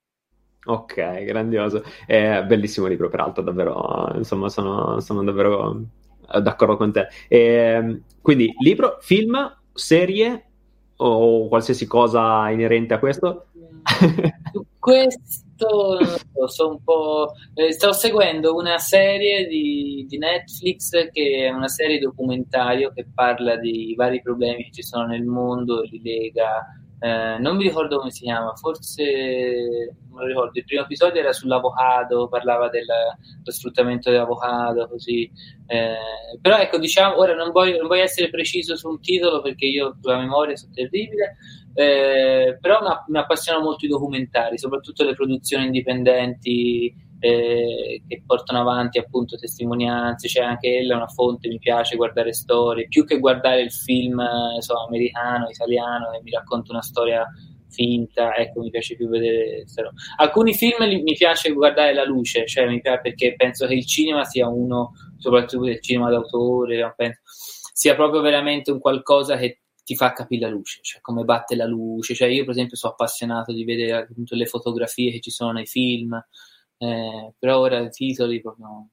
Ok, grandioso. Bellissimo libro, peraltro, davvero, insomma, sono davvero d'accordo con te. Quindi, libro, film, serie o qualsiasi cosa inerente a questo? Su questo so un po'. Sto seguendo una serie di Netflix che è una serie documentario che parla di vari problemi che ci sono nel mondo, li lega. Non mi ricordo come si chiama, forse non me lo ricordo. Il primo episodio era sull'avocado, parlava dello sfruttamento dell'avocado, così. Però ecco, diciamo, ora non voglio essere preciso su un titolo perché io sulla memoria sono terribile, però mi appassionano molto i documentari, soprattutto le produzioni indipendenti che portano avanti appunto testimonianze. C'è anche ella una fonte, mi piace guardare storie più che guardare il film americano, italiano che mi racconta una storia finta. Ecco, mi piace più vedere alcuni film mi piace guardare la luce, cioè mi piace perché penso che il cinema sia uno, soprattutto il cinema d'autore, penso sia proprio veramente un qualcosa che ti fa capire la luce, cioè come batte la luce. Cioè io per esempio sono appassionato di vedere appunto le fotografie che ci sono nei film. Però ora i titoli proprio.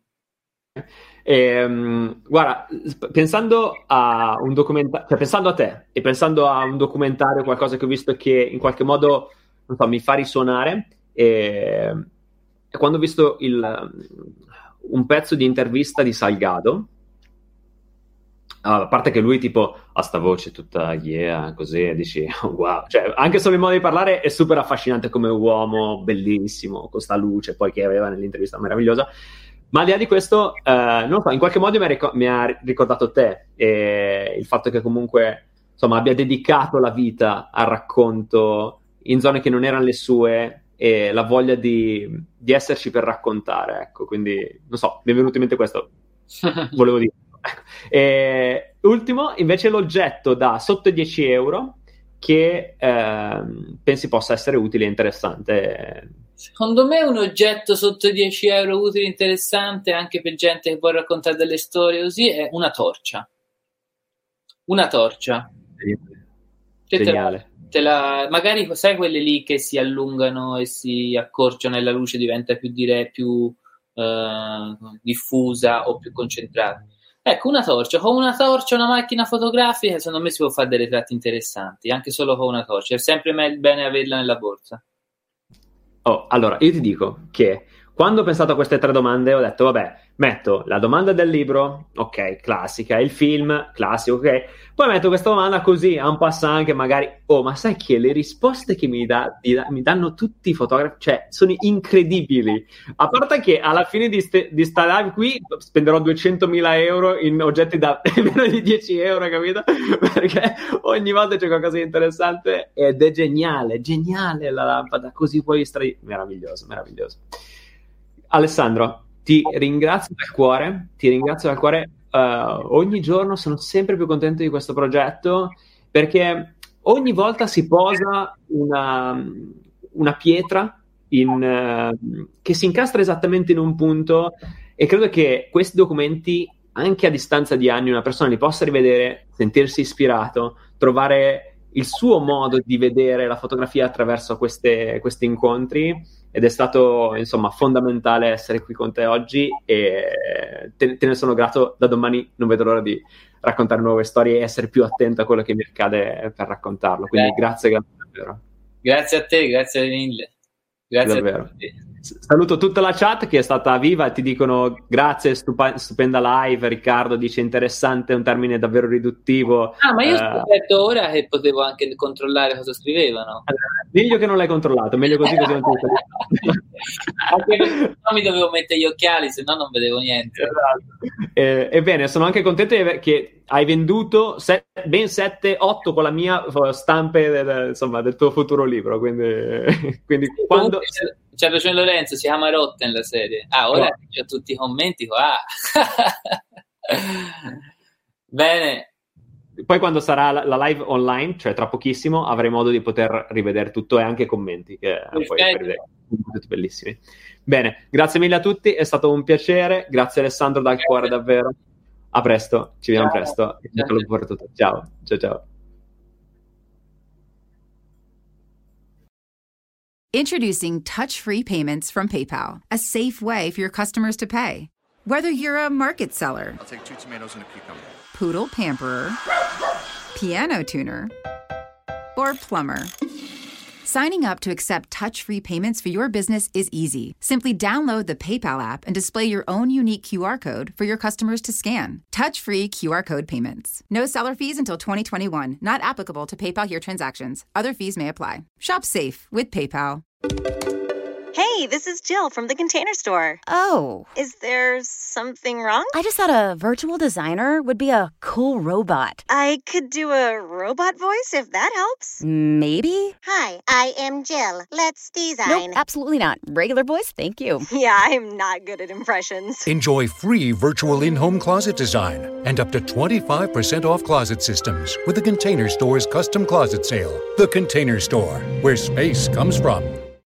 Guarda, pensando a un documentario, cioè pensando a te e pensando a un documentario, qualcosa che ho visto che in qualche modo, non so, mi fa risuonare, e quando ho visto un pezzo di intervista di Salgado, a parte che lui tipo ha sta voce tutta così, dici wow, cioè anche solo il modo di parlare è super affascinante come uomo, bellissimo, con sta luce poi che aveva nell'intervista meravigliosa. Ma al di là di questo, non lo so, in qualche modo mi ha ricordato te, e il fatto che comunque insomma abbia dedicato la vita al racconto in zone che non erano le sue e la voglia di esserci per raccontare, ecco. Quindi non so, mi è venuto in mente questo, volevo dire. E ultimo, invece, l'oggetto da sotto i 10 euro che pensi possa essere utile e interessante. Secondo me un oggetto sotto i 10 euro utile e interessante anche per gente che vuole raccontare delle storie così è una torcia. Geniale. Magari sai quelle lì che si allungano e si accorciano e la luce diventa più diffusa o più concentrata. Ecco, una torcia. Con una torcia, una macchina fotografica, secondo me si può fare dei ritratti interessanti, anche solo con una torcia. È sempre bene averla nella borsa. Allora, io ti dico che quando ho pensato a queste 3 domande ho detto, vabbè, metto la domanda del libro, ok, classica, il film, classico, ok, poi metto questa domanda così, en passant anche magari, ma sai che le risposte che mi danno tutti i fotografi, cioè, sono incredibili, a parte che alla fine di sta live qui spenderò 200.000 euro in oggetti da meno di 10 euro, capito? Perché ogni volta c'è qualcosa di interessante ed è geniale la lampada, così puoi estrarre, meraviglioso. Alessandro, ti ringrazio dal cuore. Ogni giorno sono sempre più contento di questo progetto, perché ogni volta si posa una pietra che si incastra esattamente in un punto, e credo che questi documenti, anche a distanza di anni, una persona li possa rivedere, sentirsi ispirato, trovare il suo modo di vedere la fotografia attraverso questi incontri, ed è stato insomma fondamentale essere qui con te oggi, e te ne sono grato. Da domani non vedo l'ora di raccontare nuove storie e essere più attento a quello che mi accade per raccontarlo, quindi grazie davvero. Grazie a te, grazie mille. Grazie davvero. Saluto tutta la chat che è stata viva e ti dicono grazie, stupenda live. Riccardo dice interessante, è un termine davvero riduttivo. Ma io ho scoperto ora che potevo anche controllare cosa scrivevano. Meglio che non l'hai controllato, meglio così non ti anche perché non mi dovevo mettere gli occhiali, se no non vedevo niente. Esatto. Ebbene, sono anche contento che hai venduto ben 7-8 con la mia stampe del tuo futuro libro, quindi quando... C'è ragione Lorenzo, si chiama Rotten la serie. Ora c'ho tutti i commenti qua. Bene. Poi quando sarà la live online, cioè tra pochissimo, avrai modo di poter rivedere tutto e anche commenti che poi tutti bellissimi. Bene, grazie mille a tutti, è stato un piacere. Grazie Alessandro dal cuore davvero. A presto, ci vediamo presto. Ciao. Ciao. Introducing touch-free payments from PayPal, a safe way for your customers to pay. Whether you're a market seller, I'll take 2 tomatoes and a cucumber, poodle pamperer, piano tuner, or plumber, signing up to accept touch-free payments for your business is easy. Simply download the PayPal app and display your own unique QR code for your customers to scan. Touch-free QR code payments. No seller fees until 2021. Not applicable to PayPal Here transactions. Other fees may apply. Shop safe with PayPal. Hey, this is Jill from The Container Store. Oh. Is there something wrong? I just thought a virtual designer would be a cool robot. I could do a robot voice if that helps. Maybe? Hi, I am Jill. Let's design. Nope, absolutely not. Regular voice, thank you. Yeah, I'm not good at impressions. Enjoy free virtual in-home closet design and up to 25% off closet systems with The Container Store's custom closet sale. The Container Store, where space comes from.